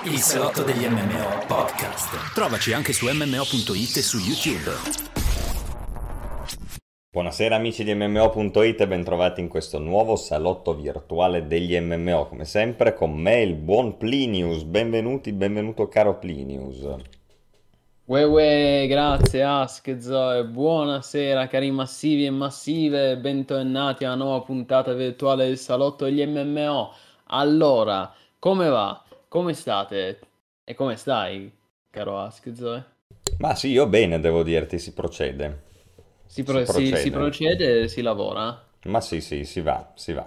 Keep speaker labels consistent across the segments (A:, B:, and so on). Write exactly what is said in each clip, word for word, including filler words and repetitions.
A: Il salotto degli M M O podcast. Trovaci anche su M M O punto it e su YouTube.
B: Buonasera amici di M M O punto it e bentrovati in questo nuovo salotto virtuale degli M M O. Come sempre con me il buon Plinius. Benvenuti, benvenuto caro Plinius.
C: Uè uè, grazie Ask Zoe, buonasera cari massivi e massive, bentornati alla nuova puntata virtuale del salotto degli M M O. Allora, come va? Come state? E come stai, caro Ask Zoe?
B: Ma sì, io bene devo dirti, si procede.
C: Si, pro-
B: Si
C: si-
B: procede.
C: si procede e si lavora?
B: Ma sì, sì, si va, si va.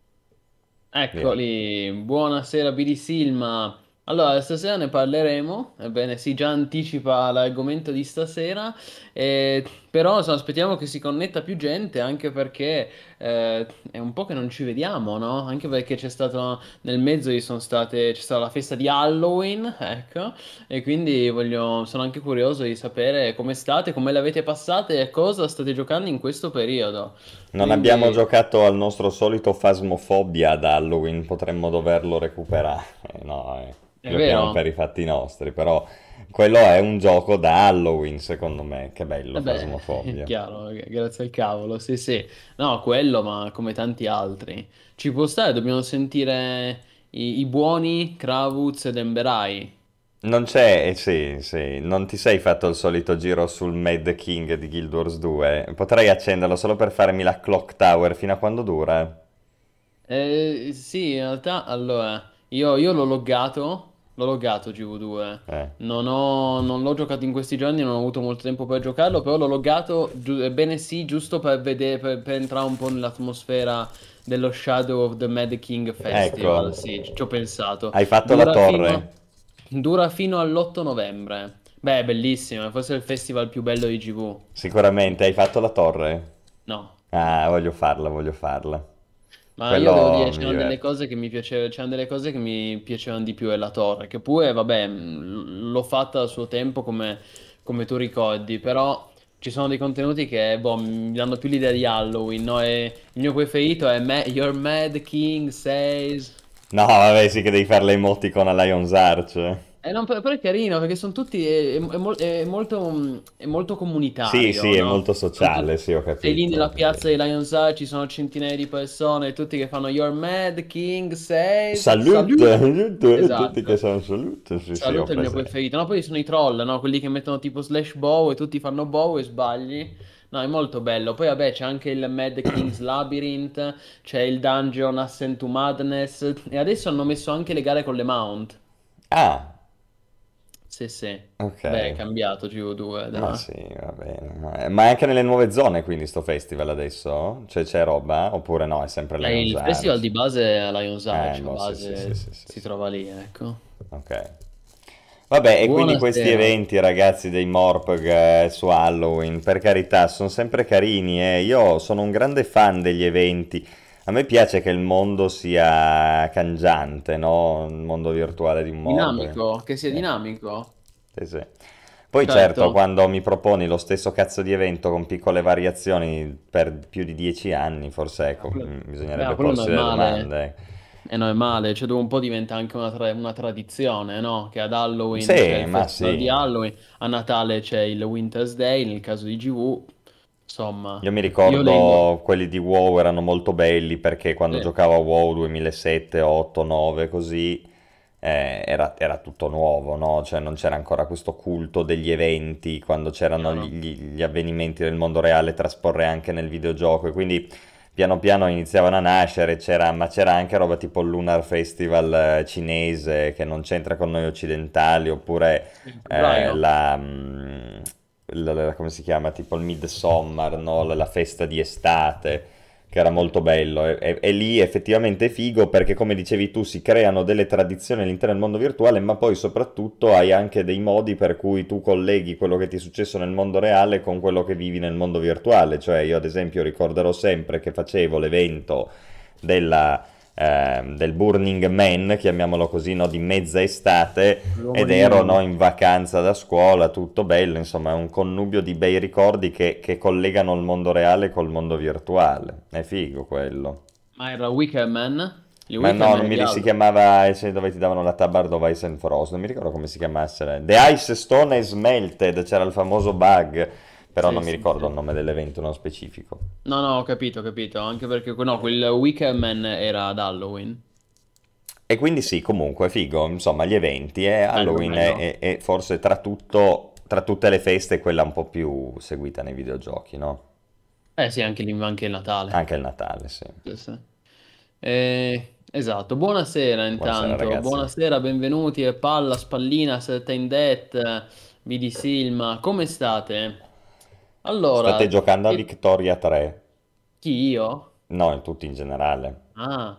C: Eccoli, buonasera Billy Silma. Allora, stasera ne parleremo, ebbene si già anticipa l'argomento di stasera, eh, però insomma, aspettiamo che si connetta più gente, anche perché eh, è un po' che non ci vediamo, no? Anche perché c'è stato, nel mezzo ci sono state, c'è stata la festa di Halloween, ecco, e quindi voglio, sono anche curioso di sapere come state, come l'avete passate e cosa state giocando in questo periodo.
B: Non
C: Quindi...
B: abbiamo giocato al nostro solito Phasmophobia ad Halloween, potremmo doverlo recuperare. Eh, no, eh,
C: È
B: giochiamo
C: vero?
B: per i fatti nostri, però quello è un gioco da Halloween secondo me. Che bello
C: Vabbè, è
B: Phasmophobia.
C: chiaro, grazie al cavolo, sì sì. No, quello, ma come tanti altri. Ci può stare, dobbiamo sentire i, i buoni Kravuz ed Emberai.
B: Non c'è, eh, sì, sì, non ti sei fatto il solito giro sul Mad King di Guild Wars due? Potrei accenderlo solo per farmi la Clock Tower fino a quando dura?
C: Eh, sì, in realtà, allora, io, io l'ho loggato, l'ho loggato G V due.
B: Eh.
C: Non ho, non l'ho giocato in questi giorni, non ho avuto molto tempo per giocarlo, però l'ho loggato, giu- ebbene sì, giusto per vedere, per, per entrare un po' nell'atmosfera dello Shadow of the Mad King
B: Ecco,
C: Festival, sì, ci ho pensato.
B: hai fatto la
C: Dura fino,
B: torre?
C: dura fino all'otto novembre. Beh, è bellissimo, è forse il festival più bello di G V.
B: Sicuramente, hai fatto la torre?
C: No.
B: Ah, voglio farla, voglio farla.
C: Ma io devo
B: Quello
C: dire,
B: mi
C: c'erano delle
B: diverte.
C: cose che mi piacevano, c'erano delle cose che mi piacevano di più è la torre, che pure, vabbè, mh, l'ho fatta a suo tempo come, come tu ricordi, però ci sono dei contenuti che, boh, mi danno più l'idea di Halloween, no? E il mio preferito è Ma- Your Mad King Says...
B: No, vabbè, sì che devi fare le emoticon a Lion's Arch.
C: Eh, non, però è carino perché sono tutti, è, è- è mol- è molto, mh, è molto
B: Sì, sì,
C: comunitario,
B: è
C: no?
B: molto
C: Sono
B: sociale,
C: tutti-
B: sì, ho
C: sei lì
B: capito, ho
C: nella piazza
B: capito.
C: di Lions Eye, ci sono centinaia di persone, tutti che fanno Your Mad King says
B: Salute,
C: salute.
B: salute, tutti che
C: Esatto.
B: sono salute, sì, sì, ho
C: Salute è il mio
B: presente.
C: preferito. No, poi ci sono i troll, no? Quelli che mettono tipo slash bow e tutti fanno bow e sbagli. No, è molto bello. Poi vabbè, c'è anche il Mad King's Labyrinth, c'è il Dungeon Ascent to Madness e adesso hanno messo anche le gare con le mount.
B: Ah,
C: Sì, sì.
B: ok.
C: Beh, è cambiato G V due,
B: Ma
C: dai.
B: sì, va bene. Ma ma è anche nelle nuove zone quindi sto festival adesso? Cioè c'è roba? Oppure no, è sempre
C: E
B: Lion's
C: il festival
B: Arch?
C: di base è a Lions
B: Eh,
C: Arch, a
B: boh, sì, sì, sì,
C: base
B: sì, sì,
C: si
B: sì.
C: trova lì, ecco.
B: Ok. Vabbè, e quindi questi
C: Buonasera.
B: eventi, ragazzi, dei Morpg eh, su Halloween, per carità, sono sempre carini, eh. Io sono un grande fan degli eventi. A me piace che il mondo sia cangiante, no? Il mondo virtuale di un Morpg.
C: Dinamico, che sia
B: Sì,
C: dinamico.
B: sì, sì. Poi certo,
C: Certo.
B: quando mi proponi lo stesso cazzo di evento con piccole variazioni per più di dieci anni, forse
C: Ah,
B: ecco,
C: quello-
B: mm,
C: Beh,
B: bisognerebbe
C: quello è
B: porsi le
C: normale.
B: domande.
C: È normale, cioè dopo un po' diventa anche una, tra- una tradizione, no? Che ad Halloween c'è
B: Sì,
C: il
B: ma
C: festival di
B: sì.
C: Halloween, a Natale c'è il Winter's Day, nel caso di G V, insomma,
B: Io mi
C: io leggo.
B: ricordo quelli di WoW erano molto belli perché quando
C: Sì,
B: giocavo a WoW duemilasette, otto, nove così eh, era, era tutto nuovo, no? Cioè non c'era ancora questo culto degli eventi, quando c'erano gli,
C: chiaro.
B: gli- gli avvenimenti del mondo reale trasporre anche nel videogioco e quindi piano piano iniziavano a nascere, c'era, ma c'era anche roba tipo il Lunar Festival eh, cinese che non c'entra con noi occidentali, oppure
C: Il
B: eh,
C: febbraio.
B: la, mm, la- la- come si chiama? Tipo il Midsummer, no? La, la festa di estate, che era
C: Sì.
B: molto bello. E, e- e lì effettivamente è figo perché, come dicevi tu, si creano delle tradizioni all'interno del mondo virtuale, ma poi soprattutto hai anche dei modi per cui tu colleghi quello che ti è successo nel mondo reale con quello che vivi nel mondo virtuale. Cioè, io ad esempio ricorderò sempre che facevo l'evento della ehm, del Burning Man, chiamiamolo così, no, di mezza estate,
C: L'uomo
B: ed
C: di
B: ero, no,
C: neve.
B: in vacanza da scuola, tutto bello, insomma, è un connubio di bei ricordi che, che collegano il mondo reale col mondo virtuale. È figo quello.
C: Ma era Wicker Man? Il
B: Ma no, non
C: Wickerman è
B: mi
C: di
B: ri- si
C: Aldo.
B: chiamava eh, dove ti davano la Tabard of Ice and Frost, non mi ricordo come si chiamasse. The Ice Stone is Melted, c'era il famoso bug, però
C: Sì,
B: non mi
C: sì,
B: ricordo il
C: sì.
B: nome dell'evento nello specifico.
C: No, no, ho capito, ho capito. Anche perché no, quel Wickerman era ad Halloween.
B: E quindi sì, comunque, figo, insomma, gli eventi, e
C: Bello,
B: Halloween è,
C: bello.
B: è- è forse tra tutto, tra tutte le feste quella un po' più seguita nei videogiochi, no?
C: Eh sì, anche, lì- anche il Natale.
B: Anche il Natale, sì.
C: Sì, sì. Eh, esatto, buonasera
B: Buonasera
C: intanto,
B: ragazzi.
C: buonasera, benvenuti a Palla, Spallina, Certain Death, B D Silma, come state?
B: State
C: Allora,
B: giocando a
C: che-
B: Victoria tre?
C: chi io?
B: No, tutti in generale.
C: Ah,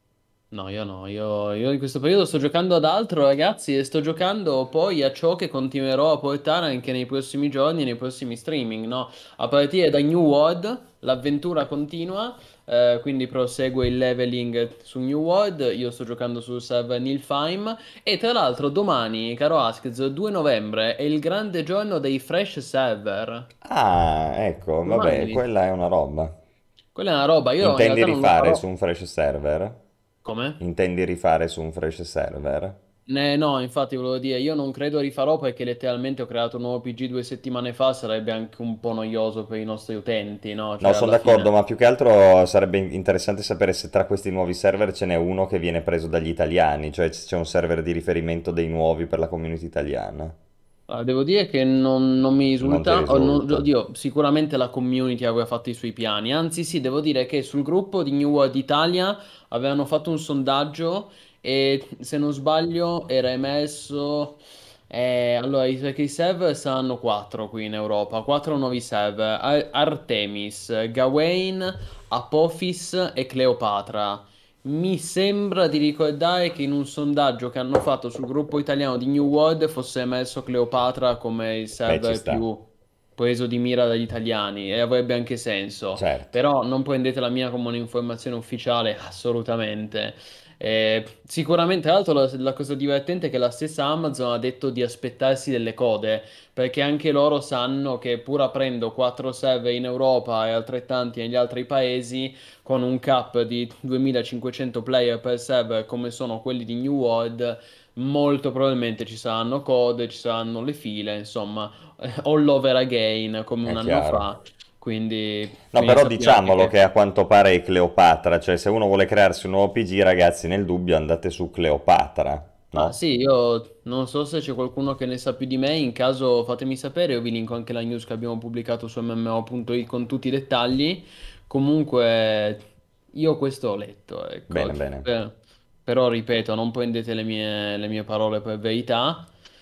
C: no, io no, io, io in questo periodo sto giocando ad altro, ragazzi, e sto giocando poi a ciò che continuerò a portare anche nei prossimi giorni, nei prossimi streaming, no? A partire da New World, l'avventura continua, eh, quindi prosegue il leveling su New World, io sto giocando sul server Nilfheim, e tra l'altro domani, caro Askz, due novembre, è il grande giorno dei fresh server.
B: Ah, ecco, vabbè,
C: Domani,
B: quella è una roba.
C: quella è una roba, io in
B: Intendi
C: realtà non lo
B: rifare su
C: farò.
B: un fresh server?
C: Come?
B: Intendi rifare su un fresh server?
C: Ne- no, infatti volevo dire, io non credo rifarò perché letteralmente ho creato un nuovo P G due settimane fa, sarebbe anche un po' noioso per i nostri utenti, no?
B: No,
C: Cioè,
B: sono
C: alla fine...
B: d'accordo, ma più che altro sarebbe interessante sapere se tra questi nuovi server ce n'è uno che viene preso dagli italiani, cioè c'è un server di riferimento dei nuovi per la community italiana.
C: Ah, devo dire che non, non mi
B: Non ti
C: risulta, o non-
B: risulta.
C: oddio, sicuramente la community aveva fatto i suoi piani, anzi sì, devo dire che sul gruppo di New World Italia avevano fatto un sondaggio e se non sbaglio era emerso, eh, allora i- perché i server saranno quattro qui in Europa, quattro nuovi server, Ar- Artemis, Gawain, Apophis e Cleopatra. Mi sembra di ricordare che in un sondaggio che hanno fatto sul gruppo italiano di New World fosse emerso Cleopatra come il
B: Beh, ci
C: server
B: sta,
C: più preso di mira dagli italiani e avrebbe anche senso.
B: certo.
C: Però non prendete la mia come un'informazione ufficiale, assolutamente. Eh, sicuramente, tra l'altro, la, la cosa divertente è che la stessa Amazon ha detto di aspettarsi delle code, perché anche loro sanno che pur aprendo quattro server in Europa e altrettanti negli altri paesi con un cap di duemilacinquecento player per server come sono quelli di New World, molto probabilmente ci saranno code, ci saranno le file, insomma, eh, all over again come un
B: È
C: anno
B: chiaro.
C: fa. Quindi,
B: No,
C: quindi
B: però
C: sappiate
B: diciamolo che
C: che...
B: a quanto pare è Cleopatra, cioè se uno vuole crearsi un nuovo P G, ragazzi, nel dubbio andate su Cleopatra,
C: Ah
B: no?
C: sì, io non so se c'è qualcuno che ne sa più di me, in caso fatemi sapere, io vi linko anche la news che abbiamo pubblicato su M M O punto it con tutti i dettagli. Comunque, io questo ho letto, ecco.
B: Bene, bene.
C: Per- però ripeto, non prendete le mie, le mie parole per verità,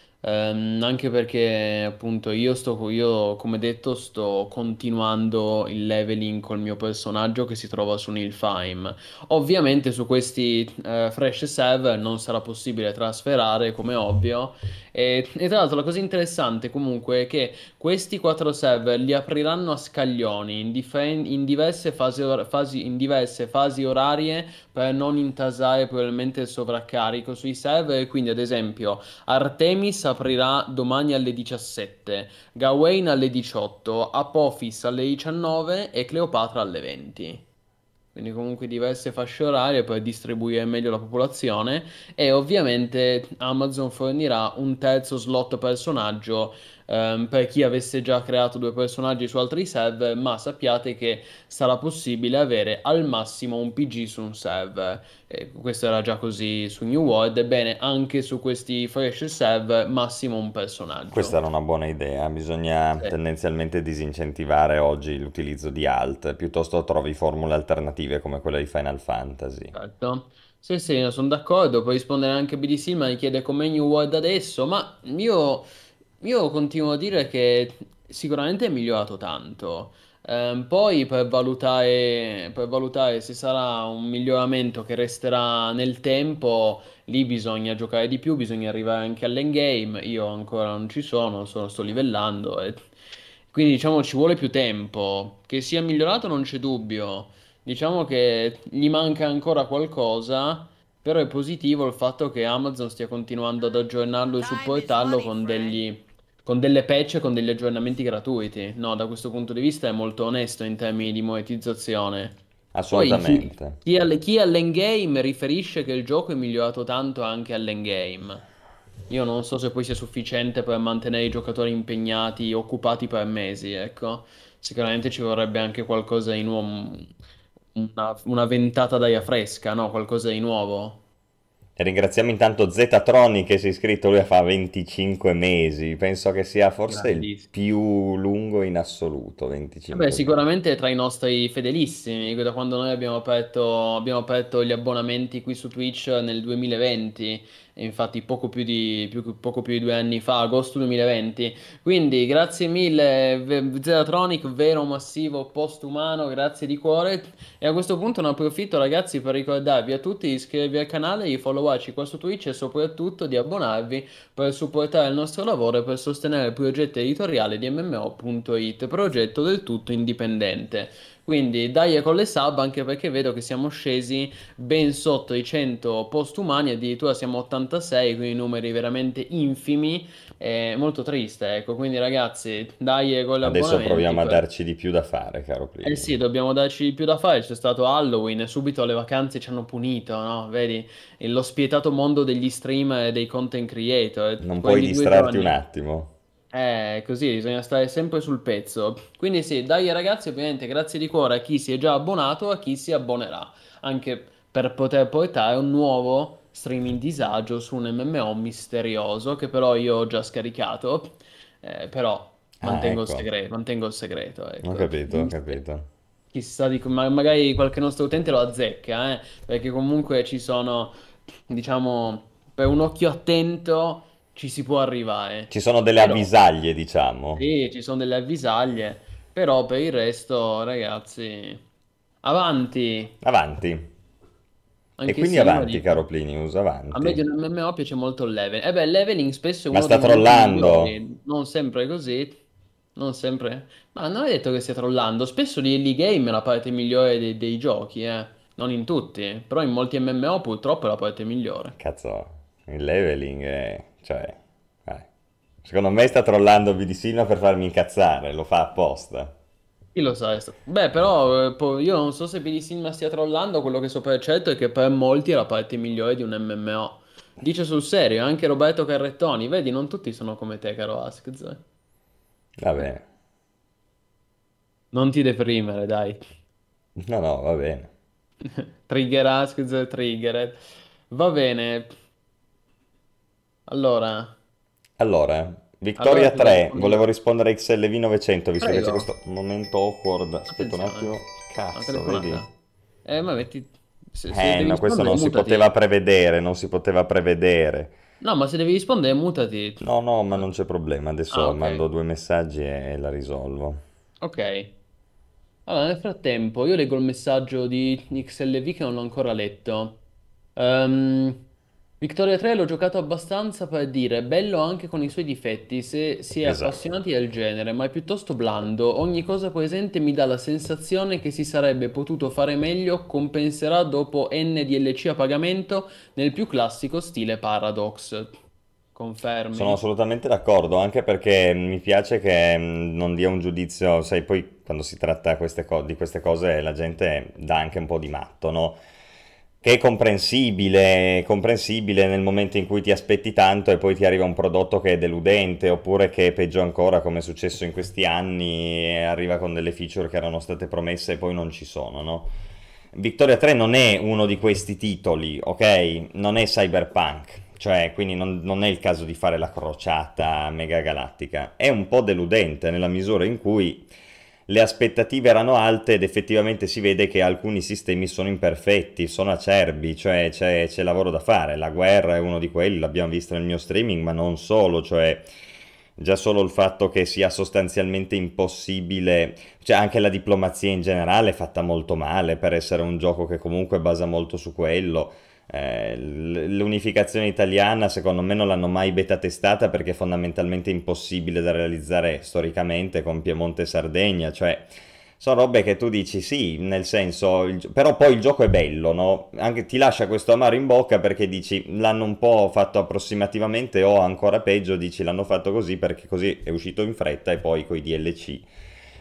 C: ehm, anche perché appunto io sto, io come detto sto continuando il leveling col mio personaggio che si trova su Nilfheim. Ovviamente su questi eh, fresh server non sarà possibile trasferare, come ovvio. E, e tra l'altro la cosa interessante comunque è che questi quattro server li apriranno a scaglioni in, differen- in diverse fasi, or- fasi- in diverse fasi orarie per non intasare probabilmente il sovraccarico sui server. E quindi, ad esempio, Artemis aprirà domani alle diciassette, Gawain alle diciotto, Apophis alle diciannove e Cleopatra alle venti. Quindi comunque diverse fasce orarie per distribuire meglio la popolazione e ovviamente Amazon fornirà un terzo slot personaggio ehm, per chi avesse già creato due personaggi su altri server, ma sappiate che sarà possibile avere al massimo un P G su un server. E questo era già così su New World, ebbene anche su questi fresh server massimo un
B: Questa
C: personaggio.
B: era una buona idea, bisogna
C: Sì.
B: tendenzialmente disincentivare oggi l'utilizzo di alt, piuttosto trovi formule alternative come quella di Final Fantasy.
C: Certo. Sì, sì, io sono d'accordo. Puoi rispondere anche a B D C, ma mi chiede com'è New World adesso. Ma io, io continuo a dire che sicuramente è migliorato tanto. Ehm, poi per valutare, per valutare se sarà un miglioramento che resterà nel tempo, lì bisogna giocare di più, bisogna arrivare anche all'endgame. Io ancora non ci sono, sono- sto livellando. E... Quindi diciamo ci vuole più tempo. Che sia migliorato non c'è dubbio. Diciamo che gli manca ancora qualcosa, però è positivo il fatto che Amazon stia continuando ad aggiornarlo e supportarlo con degli, con delle patch e con degli aggiornamenti gratuiti. No, da questo punto di vista è molto onesto in termini di monetizzazione. Poi chi,
B: assolutamente.
C: chi alle- chi all'endgame riferisce che il gioco è migliorato tanto anche all'endgame. Io non so se poi sia sufficiente per mantenere i giocatori impegnati, occupati per mesi, ecco. Sicuramente ci vorrebbe anche qualcosa di nuovo, una, una ventata d'aria fresca, no? Qualcosa di nuovo.
B: E ringraziamo intanto Zetatroni che si è iscritto, lui fa venticinque mesi, penso che sia forse il
C: Grandissimo.
B: più lungo in assoluto,
C: Eh beh,
B: venticinque mesi.
C: sicuramente è tra i nostri fedelissimi, da quando noi abbiamo aperto, abbiamo aperto gli abbonamenti qui su Twitch nel duemilaventi, e infatti poco più di, più- poco più di due anni fa, agosto duemilaventi. Quindi grazie mille, V- Zeratronic, vero massivo postumano, grazie di cuore. E a questo punto ne approfitto ragazzi per ricordarvi a tutti di iscrivervi al canale, di followarci qua su Twitch e soprattutto di abbonarvi per supportare il nostro lavoro e per sostenere il progetto editoriale di M M O punto it, progetto del tutto indipendente. Quindi dai con le sub, anche perché vedo che siamo scesi ben sotto i cento post umani, addirittura siamo ottantasei, quindi numeri veramente infimi, è molto triste, ecco. Quindi ragazzi, dai con gli
B: Adesso
C: abbonamenti
B: proviamo a
C: per...
B: darci di più da fare, caro
C: Eh
B: Plini.
C: sì, dobbiamo darci di più da fare, c'è stato Halloween e subito le vacanze ci hanno punito, no? Vedi? E lo spietato mondo degli streamer e dei content creator,
B: Non puoi
C: quegli due
B: distrarti un
C: giorni.
B: attimo.
C: Eh, così bisogna stare sempre sul pezzo. Quindi sì, dai ragazzi, ovviamente grazie di cuore a chi si è già abbonato, a chi si abbonerà, anche per poter portare un nuovo streaming disagio su un M M O misterioso che però io ho già scaricato, eh, però
B: Ah,
C: mantengo il
B: ecco,
C: segreto, mantengo il segreto,
B: ho
C: ecco.
B: capito, ho capito.
C: Chissà, di, ma magari qualche nostro utente lo azzecca, eh, perché comunque ci sono, diciamo, per un occhio attento ci si può arrivare.
B: Ci sono delle
C: Però
B: avvisaglie, diciamo.
C: sì, ci sono delle avvisaglie, però per il resto, ragazzi, avanti,
B: Avanti. E
C: anche
B: quindi
C: se io lo
B: avanti, caro
C: dico.
B: Plinius,
C: A me di
B: avanti.
C: un M M O piace molto il leveling. E beh, il leveling spesso è
B: Ma
C: uno
B: sta
C: dei momenti
B: trollando.
C: migliori, non sempre così, non sempre. Ma non è detto che stia trollando, spesso l'early game è la parte migliore dei, dei giochi, eh. Non in tutti, però in molti M M O purtroppo è la parte migliore.
B: Cazzo, il leveling è... cioè... eh. Secondo me sta trollando B D Silva per farmi incazzare, lo fa apposta.
C: Chi lo sa? è sta- Beh, però eh, po- io non so se B D Cinema stia trollando, quello che so per certo è che per molti è la parte migliore di un M M O. Dice sul serio, anche Roberto Carrettoni, vedi, non tutti sono come te, caro Askz.
B: Va bene.
C: Non ti deprimere, dai.
B: No, no, va bene.
C: Trigger Askz, triggered. Va bene. Allora,
B: Allora,
C: allora
B: Vittoria
C: cosa
B: tre, volevo
C: rispondiamo?
B: rispondere a X L V novecento, visto che c'è
C: Prego,
B: questo momento awkward. Aspetta un
C: attenzione.
B: attimo.
C: Una
B: Cazzo, vedi?
C: telefonata. Eh, ma metti... Se, se
B: Eh,
C: devi
B: no, questo
C: rispondere,
B: non si poteva
C: mutati.
B: prevedere, non si poteva prevedere.
C: No, ma se devi rispondere, mutati.
B: No, no, ma non c'è problema.
C: Ah,
B: Adesso
C: ok.
B: mando due messaggi e la risolvo.
C: Ok. Allora, nel frattempo, io leggo il messaggio di X L V che non l'ho ancora letto. Ehm, Victoria tre l'ho giocato abbastanza per dire, bello anche con i suoi difetti, se si è
B: Esatto.
C: appassionati del genere, ma è piuttosto blando. Ogni cosa presente mi dà la sensazione che si sarebbe potuto fare meglio, compenserà dopo N D L C a pagamento nel più classico stile Paradox.
B: Sono
C: Confermi?
B: assolutamente d'accordo, anche perché mi piace che mh, non dia un giudizio, sai, poi quando si tratta queste co- di queste cose la gente dà anche un po' di matto, no? Che è comprensibile, comprensibile nel momento in cui ti aspetti tanto e poi ti arriva un prodotto che è deludente, oppure che è peggio ancora, come è successo in questi anni, e arriva con delle feature che erano state promesse e poi non ci sono, no? Victoria tre non è uno di questi titoli, ok? Non è Cyberpunk, cioè quindi non, non è il caso di fare la crociata mega galattica. È un po' deludente nella misura in cui le aspettative erano alte ed effettivamente si vede che alcuni sistemi sono imperfetti, sono acerbi, cioè c'è, c'è lavoro da fare. La guerra è uno di quelli, l'abbiamo visto nel mio streaming, ma non solo, cioè già solo il fatto che sia sostanzialmente impossibile, cioè anche la diplomazia in generale è fatta molto male per essere un gioco che comunque basa molto su quello. Eh, l- l'unificazione italiana secondo me non l'hanno mai beta testata perché è fondamentalmente impossibile da realizzare storicamente con Piemonte e Sardegna, cioè sono robe che tu dici sì, nel senso, il gio- però poi il gioco è bello, no? Anche ti lascia questo amaro in bocca perché dici l'hanno un po' fatto approssimativamente o ancora peggio dici l'hanno fatto così perché così è uscito in fretta e poi coi D L C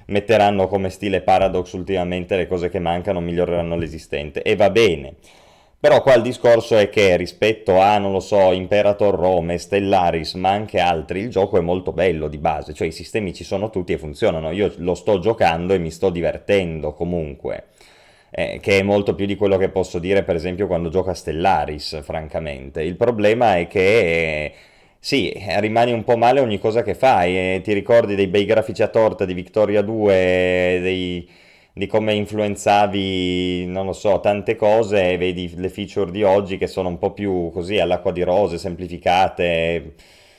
B: metteranno come stile Paradox ultimamente le cose che mancano, miglioreranno l'esistente, e va bene. Però qua il discorso è che rispetto a, non lo so, Imperator Rome, Stellaris, ma anche altri, il gioco è molto bello di base, cioè i sistemi ci sono tutti e funzionano. Io lo sto giocando e mi sto divertendo comunque, eh, che è molto più di quello che posso dire per esempio quando gioco a Stellaris, francamente. Il problema è che... eh, sì, rimani un po' male ogni cosa che fai, e ti ricordi dei bei grafici a torta di Victoria due, dei di come influenzavi, non lo so, tante cose, e vedi le feature di oggi che sono un po' più così all'acqua di rose, semplificate,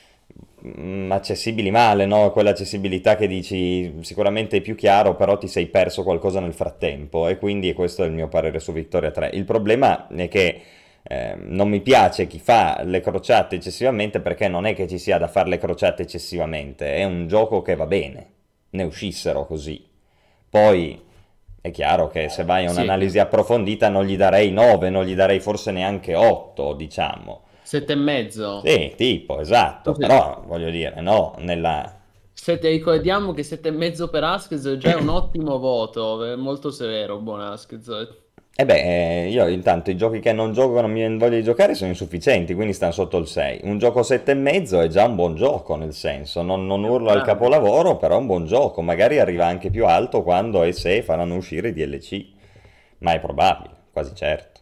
B: mm, accessibili male, no? Quell'accessibilità che dici sicuramente è più chiaro, però ti sei perso qualcosa nel frattempo, e quindi questo è il mio parere su Victoria tre. Il problema è che eh, non mi piace chi fa le crociate eccessivamente, perché non è che ci sia da fare le crociate eccessivamente, è un gioco che va bene, ne uscissero così. Poi è chiaro che se vai a
C: Sì,
B: un'analisi approfondita non gli darei nove, non gli darei forse neanche otto, diciamo.
C: sette e mezzo.
B: Sì, tipo, esatto, però voglio dire, no, nella...
C: Sette- ricordiamo che sette e mezzo per Askez è già un ottimo voto, è molto severo, buon Askez.
B: E beh, eh, io intanto i giochi che non gioco, non mi viene voglia di giocare, sono insufficienti, quindi stanno sotto il sei. Un gioco sette e mezzo è già un buon gioco, nel senso, non, non urlo al
C: Grande.
B: capolavoro, però è un buon gioco. Magari arriva anche più alto quando e se faranno uscire i D L C, ma è probabile, quasi certo.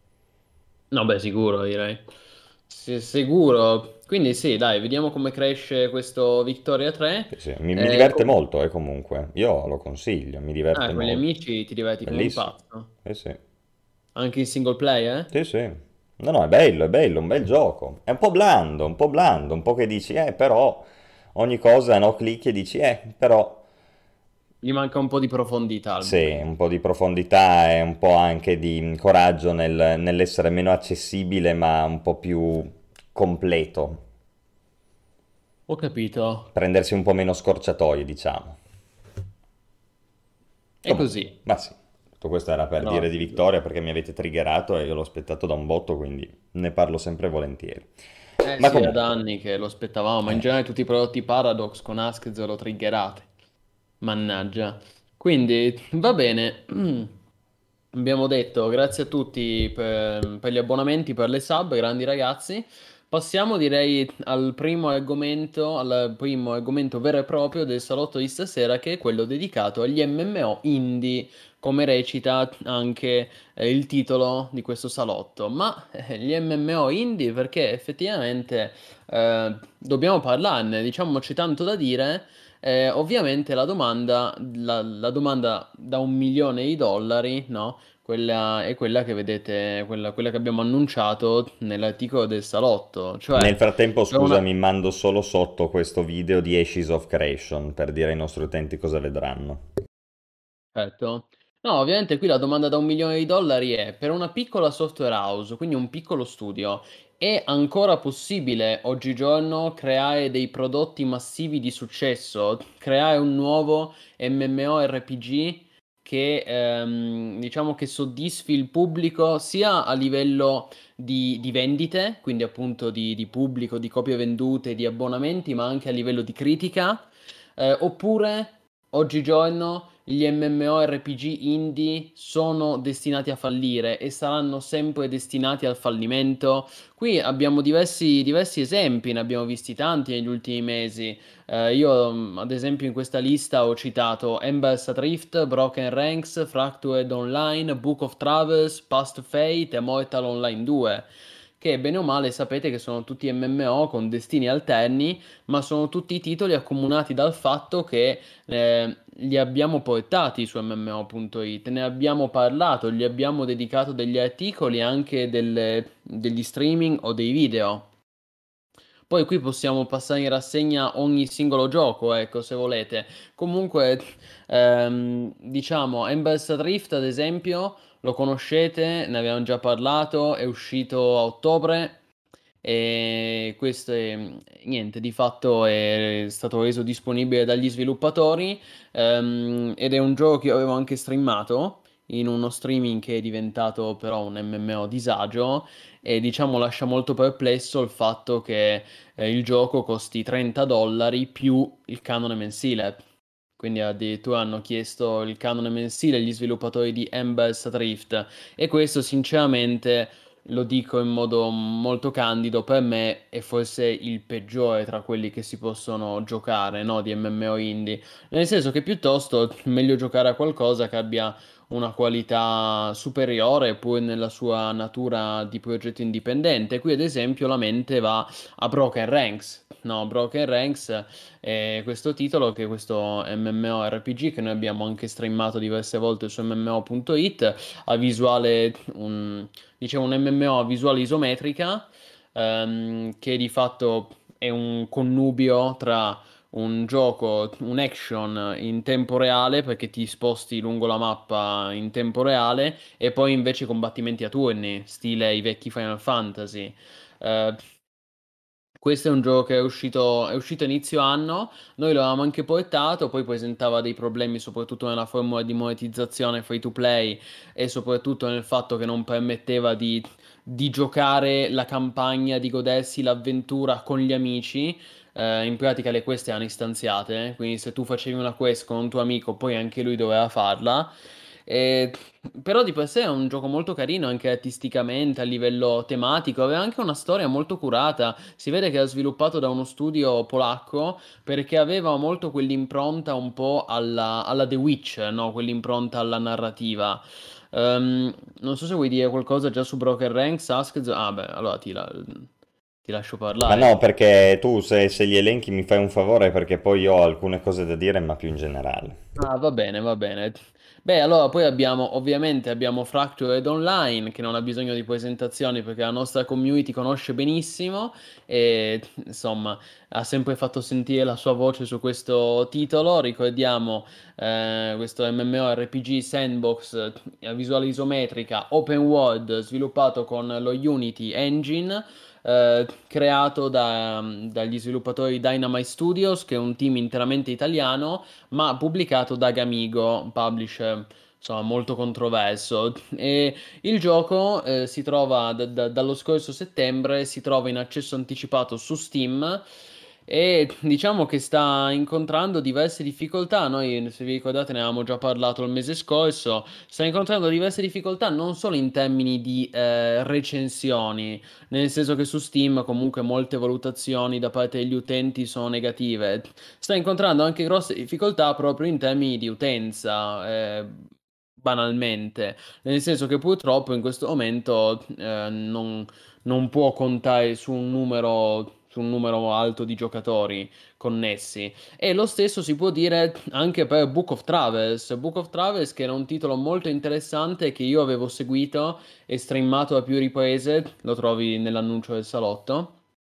C: No, beh, sicuro direi. Sì, sicuro. Quindi sì, dai, vediamo come cresce questo Victoria tre.
B: Sì, sì, Mi, mi
C: Eh,
B: diverte
C: com-
B: molto, eh, comunque. Io lo consiglio, mi diverte
C: ah, con gli
B: molto.
C: amici ti diverti come un
B: Bellissimo.
C: pazzo.
B: Sì, sì.
C: Anche in single player?
B: Sì, sì. No, no, è bello, è bello, un bel gioco. È un po' blando, un po' blando, un po' che dici, eh, però ogni cosa, no, clicchi e dici, eh, però
C: Gli manca un po' di profondità al
B: sì, un
C: momento.
B: po' di profondità e un po' anche di coraggio nel- nell'essere meno accessibile, ma un po' più completo.
C: Ho capito.
B: Prendersi un po' meno scorciatoie, diciamo.
C: È
B: Comunque,
C: così.
B: ma sì, tutto questo era per
C: Però,
B: dire di Vittoria perché mi avete triggerato e io l'ho aspettato da un botto, quindi ne parlo sempre volentieri.
C: eh
B: Ma
C: sì, è da
B: comunque,
C: anni che lo aspettavamo, ma in
B: eh,
C: generale tutti i prodotti Paradox con Askez lo triggerate. Mannaggia. Quindi, va bene. Abbiamo detto grazie a tutti per, per gli abbonamenti, per le sub, grandi ragazzi. Passiamo, direi, al primo argomento, al primo argomento vero e proprio del salotto di stasera, che è quello dedicato agli M M O indie, come recita anche eh, il titolo di questo salotto. Ma eh, gli M M O indie, perché effettivamente eh, dobbiamo parlarne, diciamoci tanto da dire. Eh, ovviamente la domanda, la, la domanda da un milione di dollari, no? Quella è quella che vedete, quella, quella che abbiamo annunciato nell'articolo del salotto,
B: nel
C: cioè
B: frattempo,
C: c'è una...
B: scusami, mando solo sotto questo video di Ashes of Creation per dire ai nostri utenti cosa vedranno.
C: Certo. No, ovviamente qui la domanda da un milione di dollari è, per una piccola software house, quindi un piccolo studio, è ancora possibile oggigiorno creare dei prodotti massivi di successo, creare un nuovo MMORPG che ehm, diciamo che soddisfi il pubblico sia a livello di, di vendite, quindi appunto di, di pubblico, di copie vendute, di abbonamenti, ma anche a livello di critica, eh, oppure oggigiorno gli MMORPG indie sono destinati a fallire e saranno sempre destinati al fallimento. Qui abbiamo diversi, diversi esempi, ne abbiamo visti tanti negli ultimi mesi. Eh, io, mm, ad esempio, in questa lista ho citato Ember's Adrift, Broken Ranks, Fractured Online, Book of Travels, Past Fate e Mortal Online due. Che bene o male sapete che sono tutti M M O con destini alterni, ma sono tutti titoli accomunati dal fatto che eh, li abbiamo portati su M M O punto it, ne abbiamo parlato, gli abbiamo dedicato degli articoli anche delle- degli streaming o dei video. Poi qui possiamo passare in rassegna ogni singolo gioco, ecco, se volete. Comunque, ehm, diciamo, Ember's Rift, ad esempio, lo conoscete, ne abbiamo già parlato, è uscito a ottobre. E questo è niente, di fatto è stato reso disponibile dagli sviluppatori, ehm, ed è un gioco che io avevo anche streamato in uno streaming che è diventato però un M M O disagio, e diciamo lascia molto perplesso il fatto che eh, il gioco costi trenta dollari più il canone mensile. Quindi addirittura hanno chiesto il canone mensile agli sviluppatori di Embers Rift e questo sinceramente lo dico in modo molto candido, per me è forse il peggiore tra quelli che si possono giocare, no, di M M O indie, nel senso che piuttosto è meglio giocare a qualcosa che abbia una qualità superiore pur nella sua natura di progetto indipendente. Qui ad esempio la mente va a Broken Ranks. No, Broken Ranks è questo titolo che è questo MMORPG che noi abbiamo anche streamato diverse volte su M M O punto it, a visuale, un, diciamo un M M O a visuale isometrica, ehm, che di fatto è un connubio tra un gioco, un action in tempo reale perché ti sposti lungo la mappa in tempo reale e poi invece combattimenti a turni, stile i vecchi Final Fantasy. Eh, Questo è un gioco che è uscito, è uscito a inizio anno, noi lo avevamo anche portato, poi presentava dei problemi soprattutto nella formula di monetizzazione free to play e soprattutto nel fatto che non permetteva di, di giocare la campagna, di godersi l'avventura con gli amici. Eh, in pratica le quest erano istanziate, quindi se tu facevi una quest con un tuo amico, poi anche lui doveva farla. E- Però di per sé è un gioco molto carino anche artisticamente, a livello tematico, aveva anche una storia molto curata. Si vede che era sviluppato da uno studio polacco perché aveva molto quell'impronta un po' alla, alla The Witch, no? Quell'impronta alla narrativa. Ehm, Non so se vuoi dire qualcosa già su Broken Ranks, Ask. Ah, beh, allora ti, la- ti lascio
B: Ma
C: parlare.
B: no, perché tu se, se li elenchi mi fai un favore perché poi io ho alcune cose da dire, ma più in generale.
C: Ah, va bene, va bene. Beh, allora poi abbiamo, ovviamente abbiamo Fractured Online, che non ha bisogno di presentazioni perché la nostra community conosce benissimo e insomma ha sempre fatto sentire la sua voce su questo titolo. Ricordiamo eh, questo MMORPG sandbox a visuale isometrica open world sviluppato con lo Unity Engine, eh, creato da- dagli sviluppatori Dynamite Studios, che è un team interamente italiano ma pubblicato da Gamigo, publisher insomma molto controverso. E il gioco eh, si trova da- da- dallo scorso settembre, si trova in accesso anticipato su Steam. E diciamo che sta incontrando diverse difficoltà. Noi, se vi ricordate, ne avevamo già parlato il mese scorso. Sta incontrando diverse difficoltà non solo in termini di eh, recensioni, nel senso che su Steam comunque molte valutazioni da parte degli utenti sono negative. Sta incontrando anche grosse difficoltà proprio in termini di utenza, eh, banalmente, nel senso che purtroppo in questo momento eh, non, non può contare su un numero, su un numero alto di giocatori connessi. E lo stesso si può dire anche per Book of Travels. Book of Travels, che era un titolo molto interessante che io avevo seguito e streamato a più riprese, lo trovi nell'annuncio del salotto.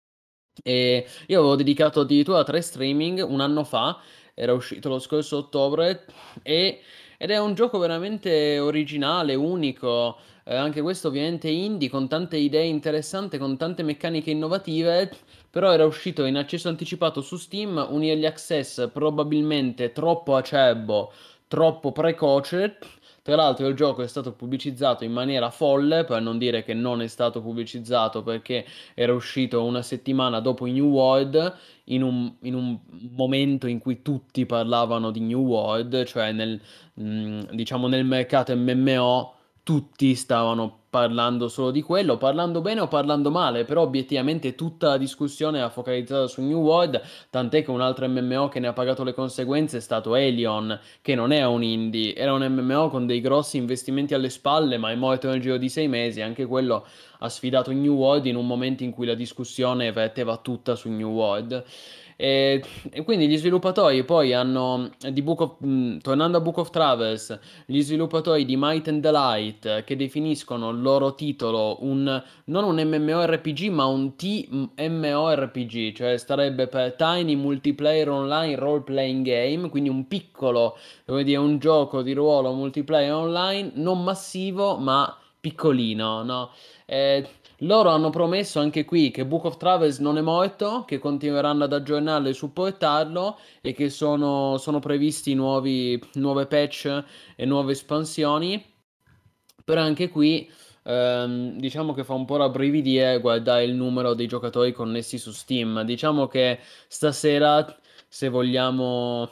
C: E io avevo dedicato addirittura tre streaming un anno fa, era uscito lo scorso ottobre, e- ed è un gioco veramente originale, unico, eh, anche questo ovviamente indie, con tante idee interessanti, con tante meccaniche innovative, però era uscito in accesso anticipato su Steam, un early access probabilmente troppo acerbo, troppo precoce. Tra l'altro il gioco è stato pubblicizzato in maniera folle, per non dire che non è stato pubblicizzato perché era uscito una settimana dopo i New World, in un, in un momento in cui tutti parlavano di New World, cioè nel, mh, diciamo nel mercato M M O tutti stavano parlando solo di quello, parlando bene o parlando male, però obiettivamente tutta la discussione era focalizzata su New World, tant'è che un altro M M O che ne ha pagato le conseguenze è stato Elion, che non è un indie, era un M M O con dei grossi investimenti alle spalle, ma è morto nel giro di sei mesi, anche quello ha sfidato New World in un momento in cui la discussione verteva tutta su New World. E, e quindi gli sviluppatori poi hanno, di Book of- mh, tornando a Book of Travels, gli sviluppatori di Might and Delight, eh, che definiscono il loro titolo un, non un MMORPG, ma un T M O R P G, cioè starebbe per Tiny Multiplayer Online Role Playing Game, quindi un piccolo, come dire, un gioco di ruolo multiplayer online, non massivo, ma piccolino, no? Eh, Loro hanno promesso anche qui che Book of Travels non è morto, che continueranno ad aggiornarlo e supportarlo e che sono, sono previsti nuovi, nuove patch e nuove espansioni. Però anche qui ehm, diciamo che fa un po' rabbrividire guardare il numero dei giocatori connessi su Steam. Diciamo che stasera, se vogliamo,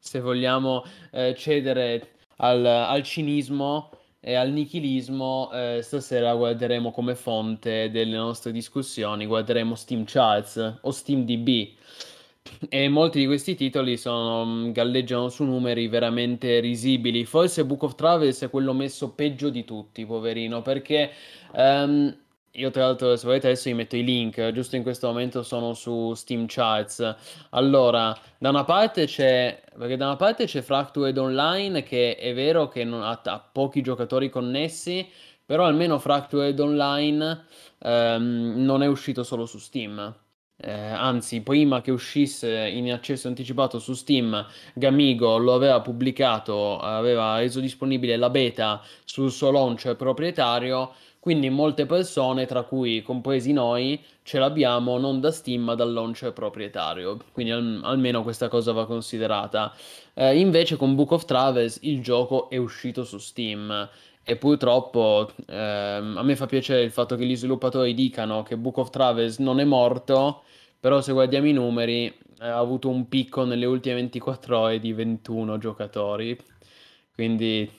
C: se vogliamo eh, cedere al, al cinismo e al nichilismo, eh, stasera guarderemo come fonte delle nostre discussioni, guarderemo Steam Charts o SteamDB. E molti di questi titoli sono, mh, galleggiano su numeri veramente risibili. Forse Book of Travels è quello messo peggio di tutti, poverino, perché ehm, io tra l'altro, se volete adesso vi metto i link, giusto in questo momento sono su Steam Charts. Allora, da una parte c'è, perché da una parte c'è Fractured Online, che è vero che non ha, ha pochi giocatori connessi, però almeno Fractured Online ehm, non è uscito solo su Steam. Eh, anzi, prima che uscisse in accesso anticipato su Steam, Gamigo lo aveva pubblicato, aveva reso disponibile la beta sul suo launcher proprietario, quindi molte persone, tra cui compresi noi, ce l'abbiamo non da Steam ma dal launcher proprietario, quindi al- almeno questa cosa va considerata. Eh, invece con Book of Travels il gioco è uscito su Steam. E purtroppo ehm, a me fa piacere il fatto che gli sviluppatori dicano che Book of Travels non è morto, però se guardiamo i numeri, eh, ha avuto un picco nelle ultime ventiquattro ore di ventuno giocatori, quindi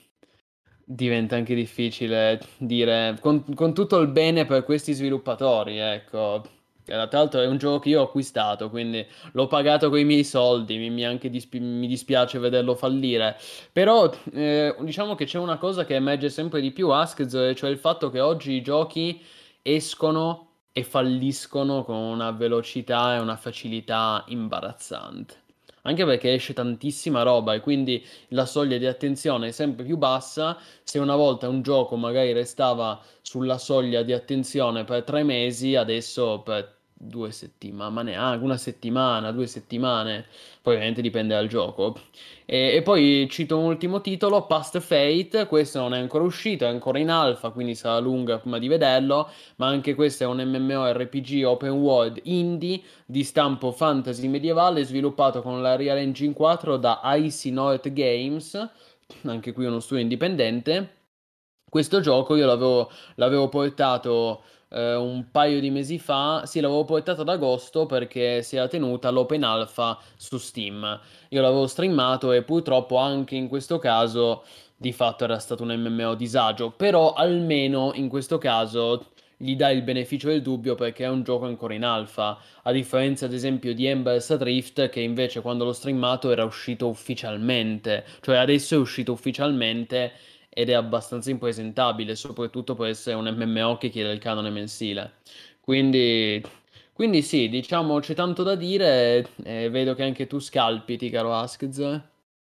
C: diventa anche difficile dire, con, con tutto il bene per questi sviluppatori, ecco. Eh, Tra l'altro è un gioco che io ho acquistato, quindi l'ho pagato con i miei soldi, mi, mi anche dispi- mi dispiace vederlo fallire. Però eh, diciamo che c'è una cosa che emerge sempre di più, Askz, cioè il fatto che oggi i giochi escono e falliscono con una velocità e una facilità imbarazzante. Anche perché esce tantissima roba e quindi la soglia di attenzione è sempre più bassa. Se una volta un gioco magari restava sulla soglia di attenzione per tre mesi, adesso per due settimane, ma neanche una settimana, due settimane, poi ovviamente dipende dal gioco. E, e poi cito un ultimo titolo, Past Fate, questo non è ancora uscito, è ancora in alfa, quindi sarà lunga prima di vederlo, ma anche questo è un MMORPG open world indie di stampo fantasy medievale sviluppato con la Real Engine quattro da Icy North Games, anche qui uno studio indipendente. Questo gioco io l'avevo l'avevo portato eh, un paio di mesi fa, sì, l'avevo portato ad agosto perché si era tenuta l'open alpha su Steam. Io l'avevo streamato e purtroppo anche in questo caso di fatto era stato un M M O disagio, però almeno in questo caso gli dai il beneficio del dubbio perché è un gioco ancora in alfa, a differenza ad esempio di Embers Adrift che invece quando l'ho streamato era uscito ufficialmente, cioè adesso è uscito ufficialmente ed è abbastanza impresentabile, soprattutto per essere un M M O che chiede il canone mensile. Quindi, quindi sì, diciamo c'è tanto da dire, e vedo che anche tu scalpiti, caro Askz.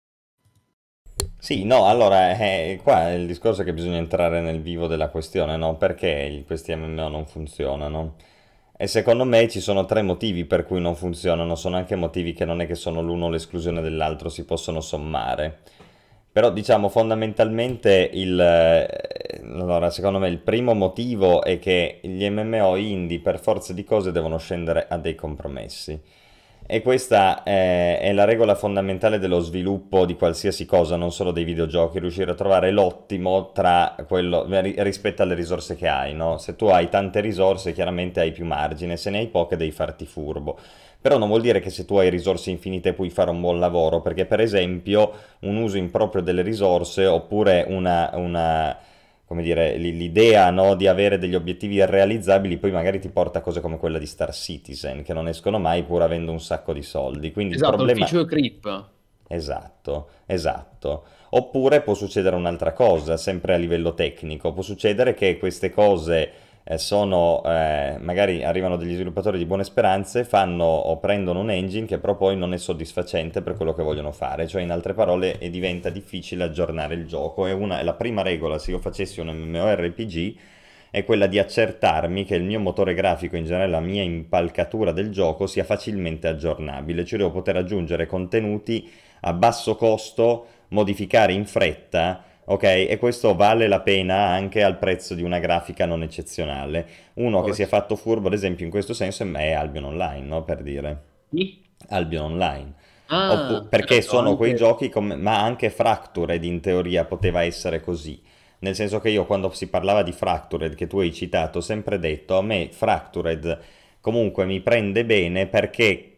B: Sì, no, allora, eh, qua il discorso è che bisogna entrare nel vivo della questione, no? Perché il- questi M M O non funzionano? E secondo me ci sono tre motivi per cui non funzionano, sono anche motivi che non è che sono l'uno l'esclusione dell'altro, si possono sommare. Però diciamo fondamentalmente il, eh, allora, secondo me il primo motivo è che gli M M O indie per forza di cose devono scendere a dei compromessi. E questa è, è la regola fondamentale dello sviluppo di qualsiasi cosa, non solo dei videogiochi, riuscire a trovare l'ottimo tra quello, ri- rispetto alle risorse che hai, no? Se tu hai tante risorse, chiaramente hai più margine, se ne hai poche devi farti furbo. Però non vuol dire che se tu hai risorse infinite puoi fare un buon lavoro, perché per esempio un uso improprio delle risorse oppure una, una come dire, l- l'idea, no, di avere degli obiettivi irrealizzabili poi magari ti porta a cose come quella di Star Citizen, che non escono mai pur avendo un sacco di soldi. Quindi il
C: Esatto, il
B: problema...
C: feature creep.
B: Esatto, esatto. Oppure può succedere un'altra cosa, sempre a livello tecnico. Può succedere che queste cose eh, sono, eh, magari arrivano degli sviluppatori di buone speranze, fanno o prendono un engine che però poi non è soddisfacente per quello che vogliono fare. Cioè, in altre parole, e diventa difficile aggiornare il gioco. È una, è la prima regola, se io facessi un MMORPG, è quella di accertarmi che il mio motore grafico, in generale la mia impalcatura del gioco, sia facilmente aggiornabile. Cioè, devo poter aggiungere contenuti a basso costo, modificare in fretta, ok? E questo vale la pena anche al prezzo di una grafica non eccezionale. Uno che si è
C: Forse.
B: fatto furbo, ad esempio, in questo senso è Albion Online, no? Per dire.
C: Sì?
B: Albion Online. Oppu-
C: Ah,
B: perché
C: certo,
B: sono quei
C: anche...
B: giochi, come- ma anche Fractured in teoria poteva essere così. Nel senso che io quando si parlava di Fractured, che tu hai citato, ho sempre detto a me Fractured comunque mi prende bene perché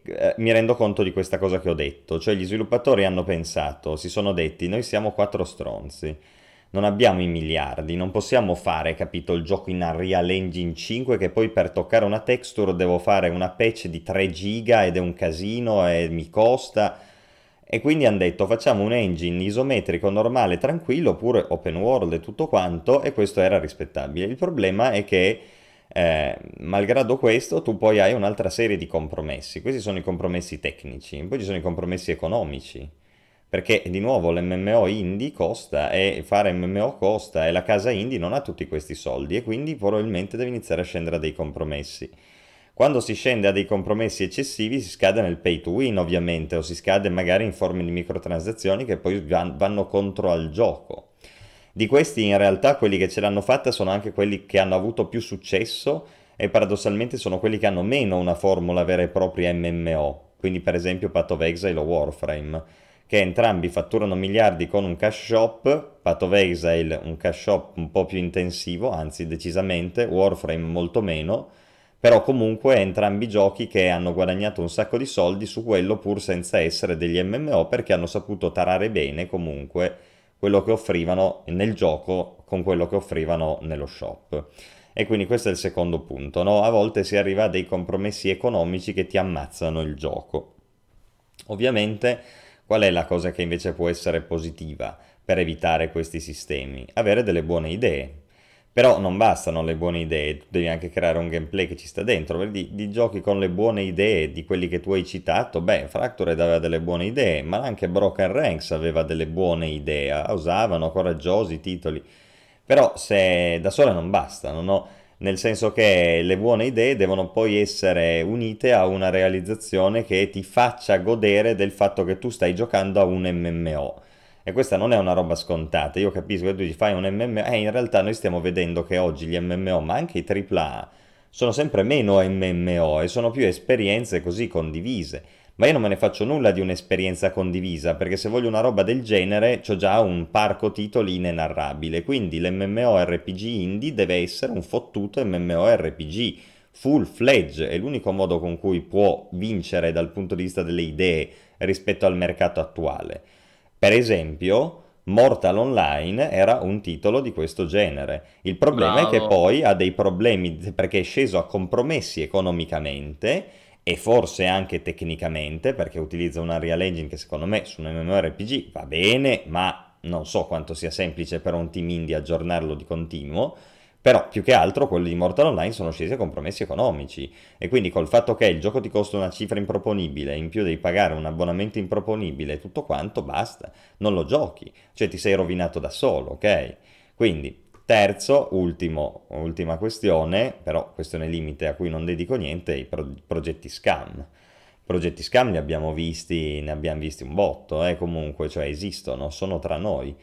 B: eh, mi rendo conto di questa cosa che ho detto, cioè gli sviluppatori hanno pensato, si sono detti, noi siamo quattro stronzi, non abbiamo i miliardi, non possiamo fare, capito, il gioco in Unreal Engine cinque che poi per toccare una texture devo fare una patch di tre giga ed è un casino e mi costa. E quindi hanno detto facciamo un engine isometrico normale, tranquillo, oppure open world e tutto quanto, e questo era rispettabile. Il problema è che, eh, malgrado questo, tu poi hai un'altra serie di compromessi. Questi sono i compromessi tecnici, poi ci sono i compromessi economici. Perché di nuovo l'M M O indie costa e fare M M O costa e la casa indie non ha tutti questi soldi e quindi probabilmente deve iniziare a scendere a dei compromessi. Quando si scende a dei compromessi eccessivi si scade nel pay to win ovviamente o si scade magari in forme di microtransazioni che poi vanno contro al gioco. Di questi in realtà quelli che ce l'hanno fatta sono anche quelli che hanno avuto più successo e paradossalmente sono quelli che hanno meno una formula vera e propria M M O. Quindi per esempio Path of Exile o Warframe, che entrambi fatturano miliardi con un cash shop, Path of Exile un cash shop un po' più intensivo, anzi decisamente, Warframe molto meno, però comunque entrambi giochi che hanno guadagnato un sacco di soldi su quello pur senza essere degli M M O perché hanno saputo tarare bene comunque quello che offrivano nel gioco con quello che offrivano nello shop. E quindi questo è il secondo punto, no? A volte si arriva a dei compromessi economici che ti ammazzano il gioco. Ovviamente, qual è la cosa che invece può essere positiva per evitare questi sistemi? Avere delle buone idee. Però non bastano le buone idee, tu devi anche creare un gameplay che ci sta dentro. Vedi, di giochi con le buone idee, di quelli che tu hai citato, beh, Fractured aveva delle buone idee, ma anche Broken Ranks aveva delle buone idee, usavano coraggiosi titoli. Però se da sole non bastano, no? Nel senso che le buone idee devono poi essere unite a una realizzazione che ti faccia godere del fatto che tu stai giocando a un M M O. E questa non è una roba scontata, io capisco che tu ti fai un M M O, e in realtà noi stiamo vedendo che oggi gli M M O, ma anche i tripla A, sono sempre meno M M O e sono più esperienze così condivise. Ma io non me ne faccio nulla di un'esperienza condivisa, perché se voglio una roba del genere, c'ho già un parco titoli inenarrabile, quindi l'MMORPG indie deve essere un fottuto MMORPG full fledged, è l'unico modo con cui può vincere dal punto di vista delle idee rispetto al mercato attuale. Per esempio, Mortal Online era un titolo di questo genere. Il problema è che
C: Bravo.
B: poi ha dei problemi perché è sceso a compromessi economicamente e forse anche tecnicamente, perché utilizza una Unreal Engine che secondo me su un MMORPG va bene, ma non so quanto sia semplice per un team indie aggiornarlo di continuo. Però più che altro quelli di Mortal Online sono scesi a compromessi economici e quindi col fatto che il gioco ti costa una cifra improponibile, in più devi pagare un abbonamento improponibile e tutto quanto, basta, non lo giochi, cioè ti sei rovinato da solo, ok? Quindi, terzo, ultimo, ultima questione, però questione limite a cui non dedico niente, i pro- progetti scam. Progetti scam ne abbiamo visti, ne abbiamo visti un botto, eh, comunque, cioè esistono, sono tra noi.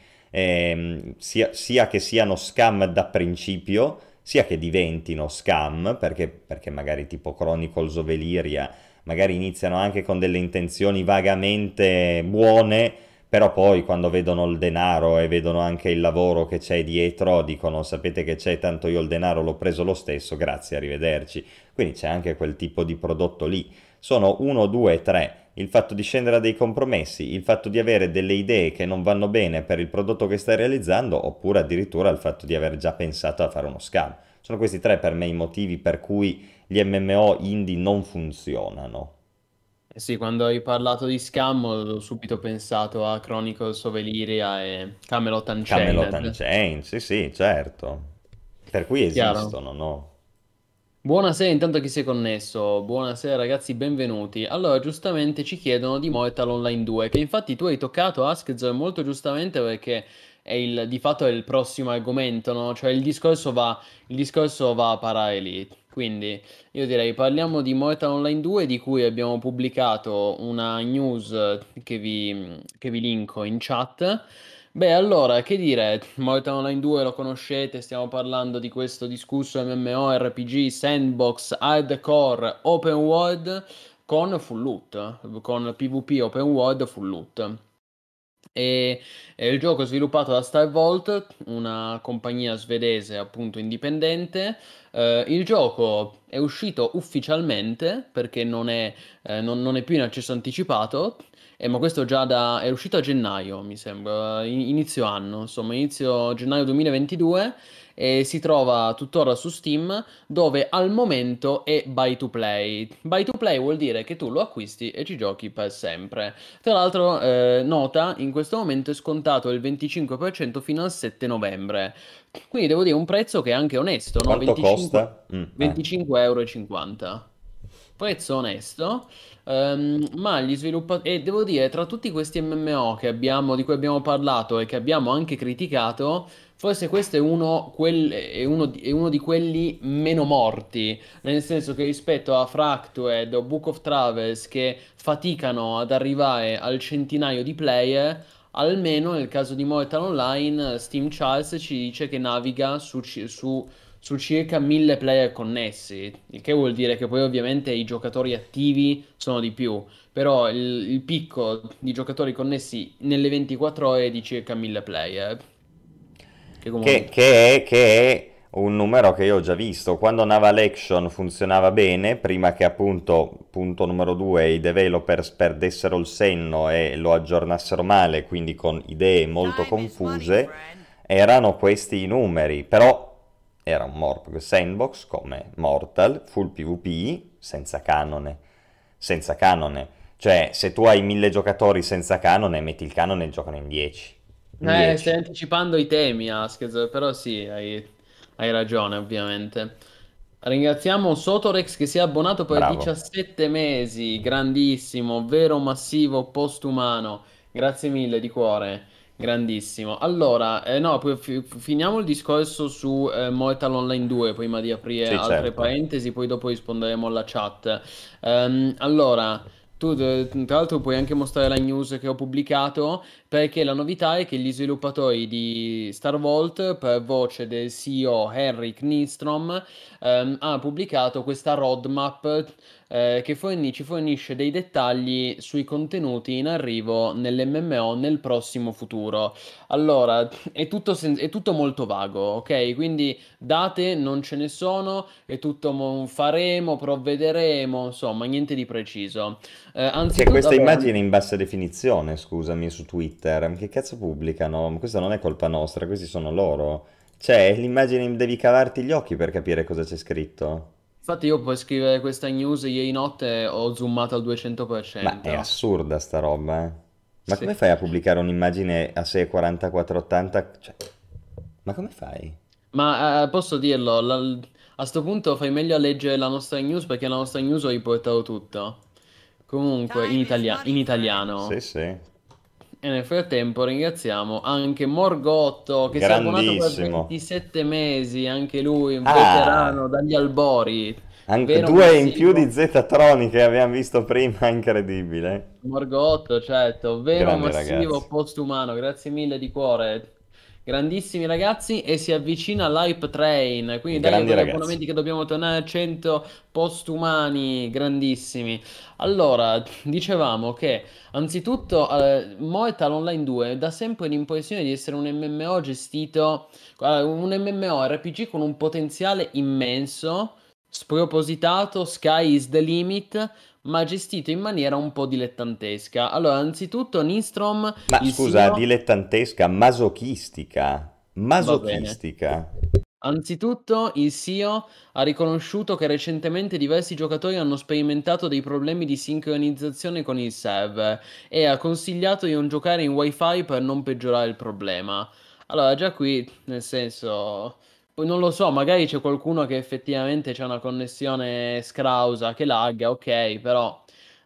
B: Ehm, sia, sia che siano scam da principio, sia che diventino scam, perché, perché magari tipo Chronicles of Elyria, magari iniziano anche con delle intenzioni vagamente buone, però poi quando vedono il denaro e vedono anche il lavoro che c'è dietro, dicono sapete che c'è, tanto io il denaro l'ho preso lo stesso, grazie, arrivederci. Quindi c'è anche quel tipo di prodotto lì. Sono uno, due, tre. Il fatto di scendere a dei compromessi, il fatto di avere delle idee che non vanno bene per il prodotto che stai realizzando, oppure addirittura il fatto di aver già pensato a fare uno scam. Sono questi tre per me i motivi per cui gli M M O indie non funzionano.
C: Eh sì, quando hai parlato di scam ho subito pensato a Chronicles of Elyria e Camelot
B: Camelot
C: Unchained.
B: Unchained, sì sì, certo. Per cui
C: Chiaro.
B: esistono, no?
C: Buonasera, intanto chi si è connesso? Buonasera ragazzi, benvenuti. Allora, giustamente ci chiedono di Mortal Online due, che infatti tu hai toccato, Askz, molto giustamente perché è il, di fatto è il prossimo argomento, no? Cioè il discorso va, il discorso va a parare lì. Quindi io direi parliamo di Mortal Online due, di cui abbiamo pubblicato una news che vi, che vi linko in chat. Beh, allora, che dire, Mortal Online due lo conoscete, stiamo parlando di questo discusso MMORPG, sandbox, hardcore, open world con full loot, con PvP open world full loot. E, e il gioco è sviluppato da Star Vault, una compagnia svedese appunto indipendente, Eh, il gioco è uscito ufficialmente perché non è, eh, non, non è più in accesso anticipato, eh, ma questo già da, è uscito a gennaio, mi sembra, in- inizio anno, insomma, inizio gennaio duemilaventidue e si trova tuttora su Steam dove al momento è buy to play. Buy to play vuol dire che tu lo acquisti e ci giochi per sempre. Tra l'altro, eh, nota, in questo momento è scontato il venticinque per cento fino al sette novembre. Quindi devo dire un prezzo che è anche onesto, no?
B: Quanto
C: venticinque,
B: costa? Mm, ah.
C: venticinque e cinquanta euro. Prezzo onesto, ehm, ma gli sviluppatori... E devo dire, tra tutti questi M M O che abbiamo, di cui abbiamo parlato e che abbiamo anche criticato, forse questo è uno, quel- è uno di è uno di quelli meno morti, nel senso che rispetto a Fractured o Book of Travels che faticano ad arrivare al centinaio di player, almeno nel caso di Mortal Online, Steam Charts ci dice che naviga su, ci- su- su circa mille player connessi, il che vuol dire che poi ovviamente i giocatori attivi sono di più, però il, il picco di giocatori connessi nelle ventiquattro ore è di circa mille player, che
B: Che,
C: comunque...
B: che è, che è un numero che io ho già visto. Quando Naval Action funzionava bene, prima che appunto, punto numero due, i developers perdessero il senno e lo aggiornassero male, quindi con idee molto
D: Time is money,
B: confuse,
D: friend.
B: erano questi i numeri. Però era un Morp sandbox come Mortal, full PvP, senza canone. Senza canone. Cioè, se tu hai mille giocatori senza canone, metti il canone e giocano in dieci. In
C: Eh, stai
B: dieci.
C: anticipando i temi, Askez, però sì, hai, hai ragione, ovviamente. Ringraziamo Sotorex che si è abbonato per
B: Bravo.
C: diciassette mesi, grandissimo, vero massivo postumano. Grazie mille di cuore, grandissimo. Allora, eh, no, poi fi- finiamo il discorso su eh, Mortal Online due prima di aprire
B: Sì,
C: altre
B: certo.
C: parentesi, poi dopo risponderemo alla chat. Ehm, allora, tu eh, tra l'altro puoi anche mostrare la news che ho pubblicato. Perché la novità è che gli sviluppatori di Star Vault, per voce del C E O Henrik Nystrom, ehm, ha pubblicato questa roadmap eh, che forni- ci fornisce dei dettagli sui contenuti in arrivo nell'M M O nel prossimo futuro. Allora, è tutto, sen- è tutto molto vago, ok? Quindi date non ce ne sono, è tutto mo- faremo, provvederemo, insomma, niente di preciso. Eh,
B: C'è
C: anzitutto,
B: questa
C: vabbè,
B: immagine in bassa definizione, scusami, su Twitter. Che cazzo pubblicano? Questa non è colpa nostra, questi sono loro. Cioè, l'immagine devi cavarti gli occhi per capire cosa c'è scritto.
C: infatti io per scrivere questa news ieri notte ho zoomato al
B: Ma è
C: duecento per cento.
B: assurda sta roba, eh. Ma
C: Sì.
B: come fai a pubblicare un'immagine a sei quaranta quattro ottanta? Cioè, ma come fai?
C: Ma eh, posso dirlo, la- a sto punto fai meglio a leggere la nostra news perché la nostra news ho riportato tutto. Comunque, in
D: Time is
C: italia- in
D: money, friend.
B: Sì,
C: italiano.
B: sì.
C: E nel frattempo ringraziamo anche Morgotto che si è abbonato per
B: Grandissimo.
C: ventisette mesi, anche lui un veterano
B: Ah,
C: dagli albori,
B: anche
C: vero
B: due in più
C: massivo.
B: di Z-Troni che abbiamo visto prima, incredibile.
C: Morgotto, certo, vero
B: Grandi
C: massivo
B: ragazzi.
C: postumano, grazie mille di cuore. Grandissimi ragazzi e si avvicina l'Hype Train, quindi dai
B: Grandi
C: con gli
B: ragazzi.
C: abbonamenti che dobbiamo tornare a cento postumani, grandissimi. Allora, dicevamo che anzitutto eh, Mortal Online due dà sempre l'impressione di essere un M M O gestito, eh, un MMORPG con un potenziale immenso, spropositato, sky is the limit ma gestito in maniera un po' dilettantesca. Allora, anzitutto Nistrom,
B: Ma
C: il
B: scusa,
C: C E O,
B: dilettantesca, masochistica.
C: va bene.
B: Masochistica.
C: Anzitutto, il C E O ha riconosciuto che recentemente diversi giocatori hanno sperimentato dei problemi di sincronizzazione con il server e ha consigliato di non giocare in Wi-Fi per non peggiorare il problema. Allora, già qui, nel senso, poi non lo so, magari c'è qualcuno che effettivamente c'è una connessione scrausa che lagga, ok, però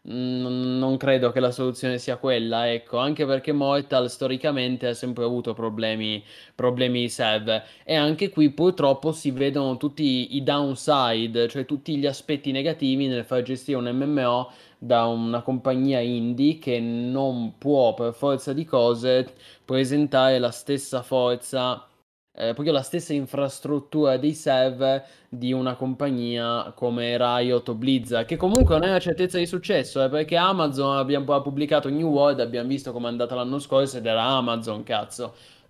C: mm, non credo che la soluzione sia quella, ecco, anche perché Mortal storicamente ha sempre avuto problemi, problemi di server. E anche qui purtroppo si vedono tutti i downside, cioè tutti gli aspetti negativi nel far gestire un M M O da una compagnia indie che non può per forza di cose presentare la stessa forza, eh, proprio la stessa infrastruttura dei server di una compagnia come Riot o Blizzard, che comunque non è una certezza di successo, eh, perché Amazon abbiamo ha pubblicato New World, abbiamo visto com'è andata l'anno scorso ed era Amazon, cazzo.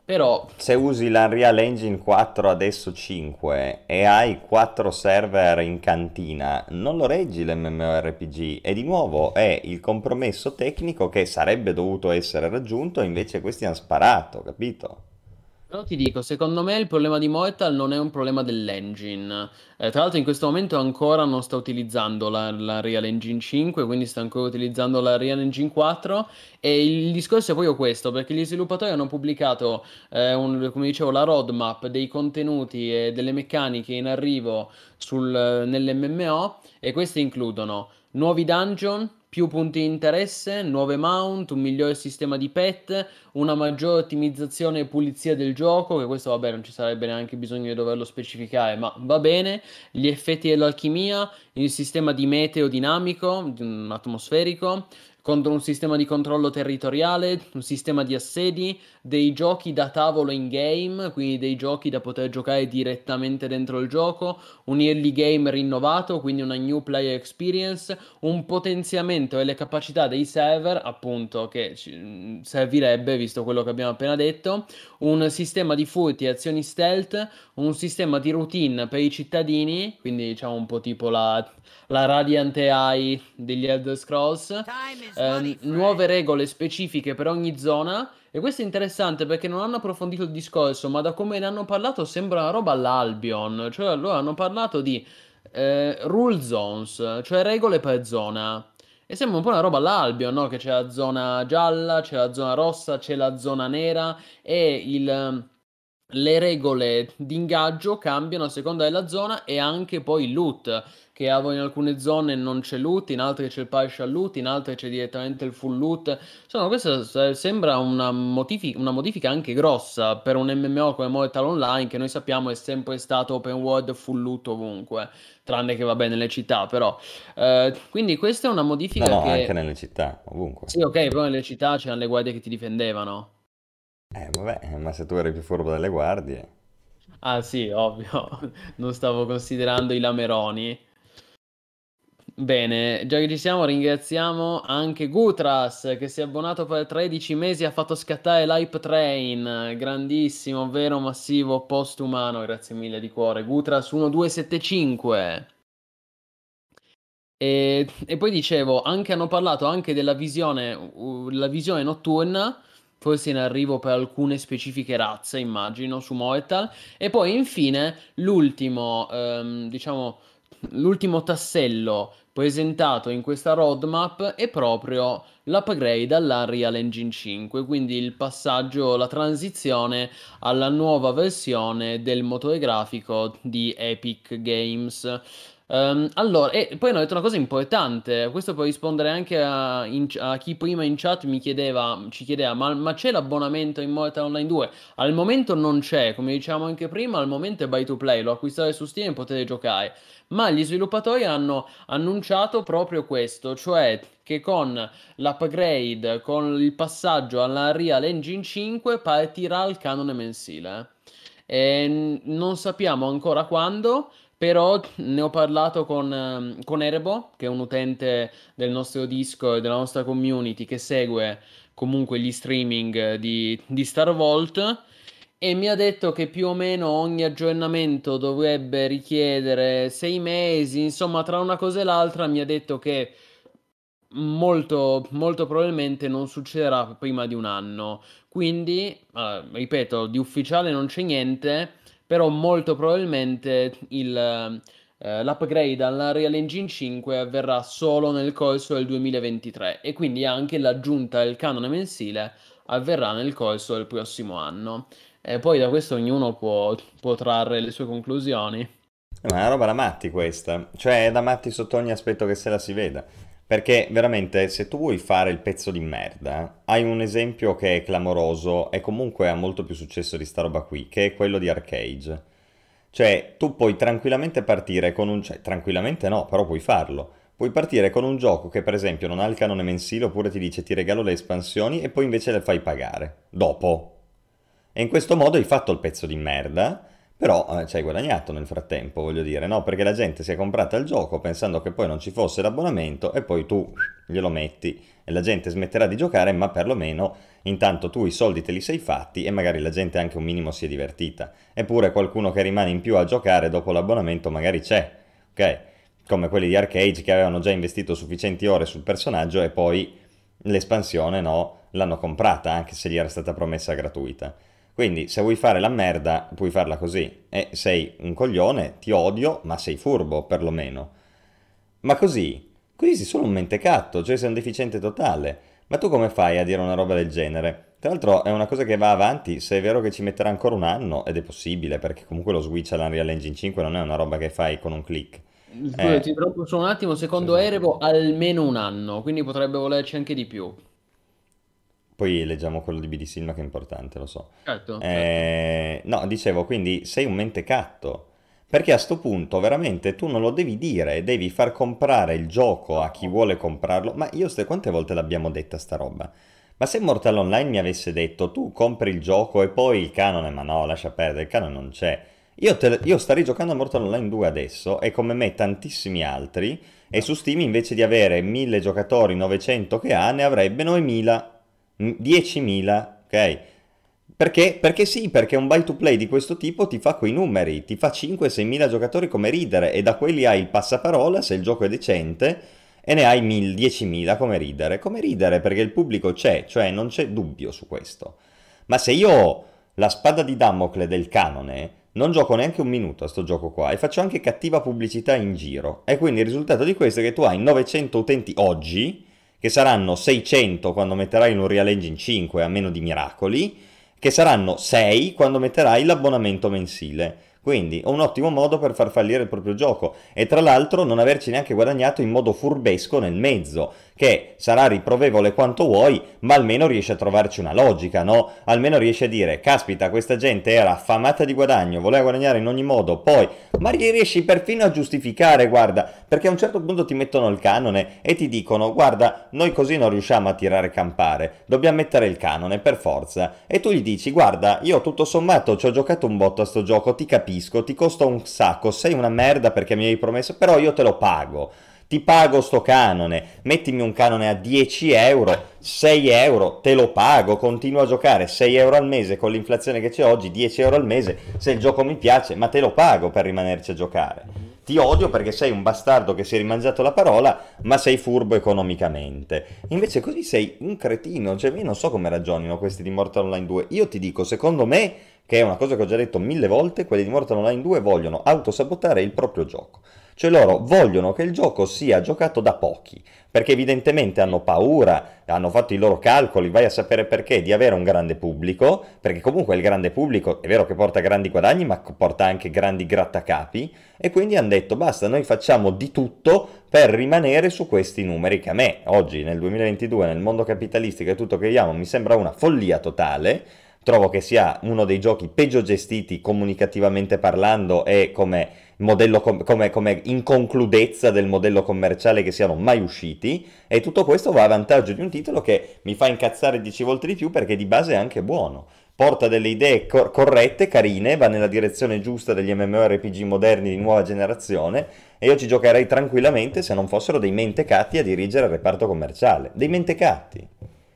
C: Però
B: Se usi l'Unreal Engine quattro, adesso cinque, e hai quattro server in cantina, non lo reggi l'MMORPG. E di nuovo è il compromesso tecnico che sarebbe dovuto essere raggiunto, e invece questi hanno sparato, capito?
C: Però ti dico, secondo me il problema di Moetal non è un problema dell'engine. Eh, tra l'altro in questo momento ancora non sta utilizzando la, la Real Engine cinque, quindi sta ancora utilizzando la Real Engine quattro. E il discorso è proprio questo, perché gli sviluppatori hanno pubblicato, eh, un- come dicevo, la roadmap dei contenuti e delle meccaniche in arrivo sul, nell'M M O, e queste includono nuovi dungeon, più punti di interesse, nuove mount, un migliore sistema di pet, una maggiore ottimizzazione e pulizia del gioco, che questo vabbè non ci sarebbe neanche bisogno di doverlo specificare, ma va bene, gli effetti dell'alchimia, il sistema di meteo dinamico, mm, atmosferico, contro un sistema di controllo territoriale, un sistema di assedi, dei giochi da tavolo in game, quindi dei giochi da poter giocare direttamente dentro il gioco, un early game rinnovato, quindi una new player experience, un potenziamento e le capacità dei server, appunto, che ci- mh, servirebbe, visto quello che abbiamo appena detto, un sistema di furti e azioni stealth, un sistema di routine per i cittadini, quindi diciamo un po' tipo la, la Radiant A I degli Elder Scrolls, ehm, nuove regole specifiche per ogni zona. E questo è interessante perché non hanno approfondito il discorso, ma da come ne hanno parlato sembra una roba all'Albion, cioè loro hanno parlato di eh, rule zones, cioè regole per zona. E sembra un po' una roba all'Albion, no? Che c'è la zona gialla, c'è la zona rossa, c'è la zona nera e il, le regole di ingaggio cambiano a seconda della zona e anche poi il loot, che a voi in alcune zone non c'è loot, in altre c'è il partial loot, in altre c'è direttamente il full loot. Insomma, questa s- sembra una, motifi- una modifica anche grossa per un M M O come Mortal Online, che noi sappiamo è sempre stato open world full loot ovunque, tranne che vabbè nelle città, però. Eh, quindi questa è una
B: No,
C: modifica
B: no, anche
C: che...
B: nelle città, ovunque.
C: Sì, ok, però nelle città c'erano le guardie che ti difendevano.
B: Eh, vabbè, ma se tu eri più furbo delle guardie.
C: Ah sì, ovvio, non stavo considerando i lameroni. Bene, già che ci siamo, ringraziamo anche Gutras che si è abbonato per tredici mesi e ha fatto scattare l'Hype Train. Grandissimo, vero, massivo, postumano. Grazie mille di cuore. Gutras milleduecentosettantacinque. E, e poi dicevo, anche hanno parlato anche della visione, uh, la visione notturna, forse in arrivo per alcune specifiche razze, immagino, su Moetal. E poi infine l'ultimo, ehm, diciamo, l'ultimo tassello presentato in questa roadmap è proprio l'upgrade all'Unreal Engine cinque, quindi il passaggio, la transizione alla nuova versione del motore grafico di Epic Games. Ehm, allora, e poi hanno detto una cosa importante, questo per rispondere anche a, in- a chi prima in chat mi chiedeva, ci chiedeva, ma, ma c'è l'abbonamento in Mortal Online due? Al momento non c'è, come diciamo anche prima, al momento è buy to play, lo acquistate su Steam e potete giocare, ma gli sviluppatori hanno annunciato proprio questo, cioè che con l'upgrade, con il passaggio alla Unreal Engine cinque partirà il canone mensile. E n- non sappiamo ancora quando. Però ne ho parlato con, ehm, con Erebo, che è un utente del nostro Discord, della nostra community, che segue comunque gli streaming eh, di, di Star Vault, e mi ha detto che più o meno ogni aggiornamento dovrebbe richiedere sei mesi, insomma, tra una cosa e l'altra mi ha detto che molto, molto probabilmente non succederà prima di un anno. Quindi, eh, ripeto, di ufficiale non c'è niente, però molto probabilmente il, eh, l'upgrade alla Real Engine cinque avverrà solo nel corso del duemilaventitré e quindi anche l'aggiunta del canone mensile avverrà nel corso del prossimo anno. E poi da questo ognuno può, può trarre le sue conclusioni.
B: Eh, Ma è una roba da matti questa, cioè è da matti sotto ogni aspetto che se la si veda. Perché veramente se tu vuoi fare il pezzo di merda, hai un esempio che è clamoroso e comunque ha molto più successo di sta roba qui, che è quello di Arcade. Cioè tu puoi tranquillamente partire con un... cioè tranquillamente no, però puoi farlo. Puoi partire con un gioco che per esempio non ha il canone mensile oppure ti dice ti regalo le espansioni e poi invece le fai pagare. Dopo. E in questo modo hai fatto il pezzo di merda, però eh, ci hai guadagnato nel frattempo, voglio dire, no? Perché la gente si è comprata il gioco pensando che poi non ci fosse l'abbonamento e poi tu glielo metti e la gente smetterà di giocare, ma perlomeno intanto tu i soldi te li sei fatti e magari la gente anche un minimo si è divertita. Eppure qualcuno che rimane in più a giocare dopo l'abbonamento magari c'è, ok? Come quelli di Arcade che avevano già investito sufficienti ore sul personaggio e poi l'espansione no, l'hanno comprata anche se gli era stata promessa gratuita. Quindi se vuoi fare la merda puoi farla così e sei un coglione, ti odio, ma sei furbo perlomeno. Ma così, così sei solo un mentecatto, cioè sei un deficiente totale. Ma tu come fai a dire una roba del genere? Tra l'altro è una cosa che va avanti, se è vero che ci metterà ancora un anno, ed è possibile, perché comunque lo switch all'Unreal Engine cinque non è una roba che fai con un click.
C: Scusa, ti
B: Eh,
C: interrompo solo un attimo,
B: sì,
C: secondo
B: sì.
C: Erebo almeno un anno, quindi potrebbe volerci anche di più.
B: Poi leggiamo quello di B D Silma che è importante, lo so.
C: Certo, certo.
B: Eh, no, dicevo, quindi sei un mentecatto. Perché a sto punto veramente tu non lo devi dire, devi far comprare il gioco a chi vuole comprarlo. Ma io ste quante volte l'abbiamo detta sta roba? Ma se Mortal Online mi avesse detto tu compri il gioco e poi il canone, ma no, lascia perdere, il canone non c'è. Io, te- io starei giocando a Mortal Online due adesso e come me tantissimi altri e su Steam invece di avere mille giocatori, novecento che ha, ne avrebbe novemila. diecimila, ok? Perché? Perché sì, perché un buy to play di questo tipo ti fa quei numeri, ti fa cinque-seimila giocatori come ridere e da quelli hai il passaparola se il gioco è decente e ne hai mille, diecimila come ridere. Come ridere perché il pubblico c'è, cioè non c'è dubbio su questo. Ma se io ho la spada di Damocle del canone, non gioco neanche un minuto a sto gioco qua e faccio anche cattiva pubblicità in giro. E quindi il risultato di questo è che tu hai novecento utenti oggi, che saranno seicento quando metterai l'Unreal Engine cinque a meno di miracoli, che saranno sei quando metterai l'abbonamento mensile. Quindi un ottimo modo per far fallire il proprio gioco e tra l'altro non averci neanche guadagnato in modo furbesco nel mezzo, che sarà riprovevole quanto vuoi, ma almeno riesci a trovarci una logica, no? Almeno riesci a dire, caspita, questa gente era affamata di guadagno, voleva guadagnare in ogni modo, poi, ma riesci perfino a giustificare, guarda, perché a un certo punto ti mettono il canone e ti dicono, guarda, noi così non riusciamo a tirare campare, dobbiamo mettere il canone per forza, e tu gli dici, guarda, io tutto sommato ci ho giocato un botto a sto gioco, ti capisco, ti costa un sacco, sei una merda perché mi hai promesso, però io te lo pago. Ti pago sto canone, mettimi un canone a dieci euro, sei euro, te lo pago, continuo a giocare sei euro al mese con l'inflazione che c'è oggi, dieci euro al mese, se il gioco mi piace, ma te lo pago per rimanerci a giocare. Ti odio perché sei un bastardo che si è rimangiato la parola, ma sei furbo economicamente. Invece così sei un cretino, cioè io non so come ragionino questi di Mortal Online due. Io ti dico, secondo me, che è una cosa che ho già detto mille volte, quelli di Mortal Online due vogliono autosabotare il proprio gioco. Cioè loro vogliono che il gioco sia giocato da pochi, perché evidentemente hanno paura, hanno fatto i loro calcoli, vai a sapere perché, di avere un grande pubblico, perché comunque il grande pubblico è vero che porta grandi guadagni, ma porta anche grandi grattacapi, e quindi hanno detto basta, noi facciamo di tutto per rimanere su questi numeri che a me, oggi nel duemilaventidue, nel mondo capitalistico e tutto che viviamo, mi sembra una follia totale. Trovo che sia uno dei giochi peggio gestiti comunicativamente parlando e come modello com- come, come inconcludezza del modello commerciale che siano mai usciti, e tutto questo va a vantaggio di un titolo che mi fa incazzare dieci volte di più perché di base è anche buono. Porta delle idee cor- corrette, carine, va nella direzione giusta degli MMORPG moderni di nuova generazione e io ci giocherei tranquillamente se non fossero dei mentecatti a dirigere il reparto commerciale. Dei mentecatti.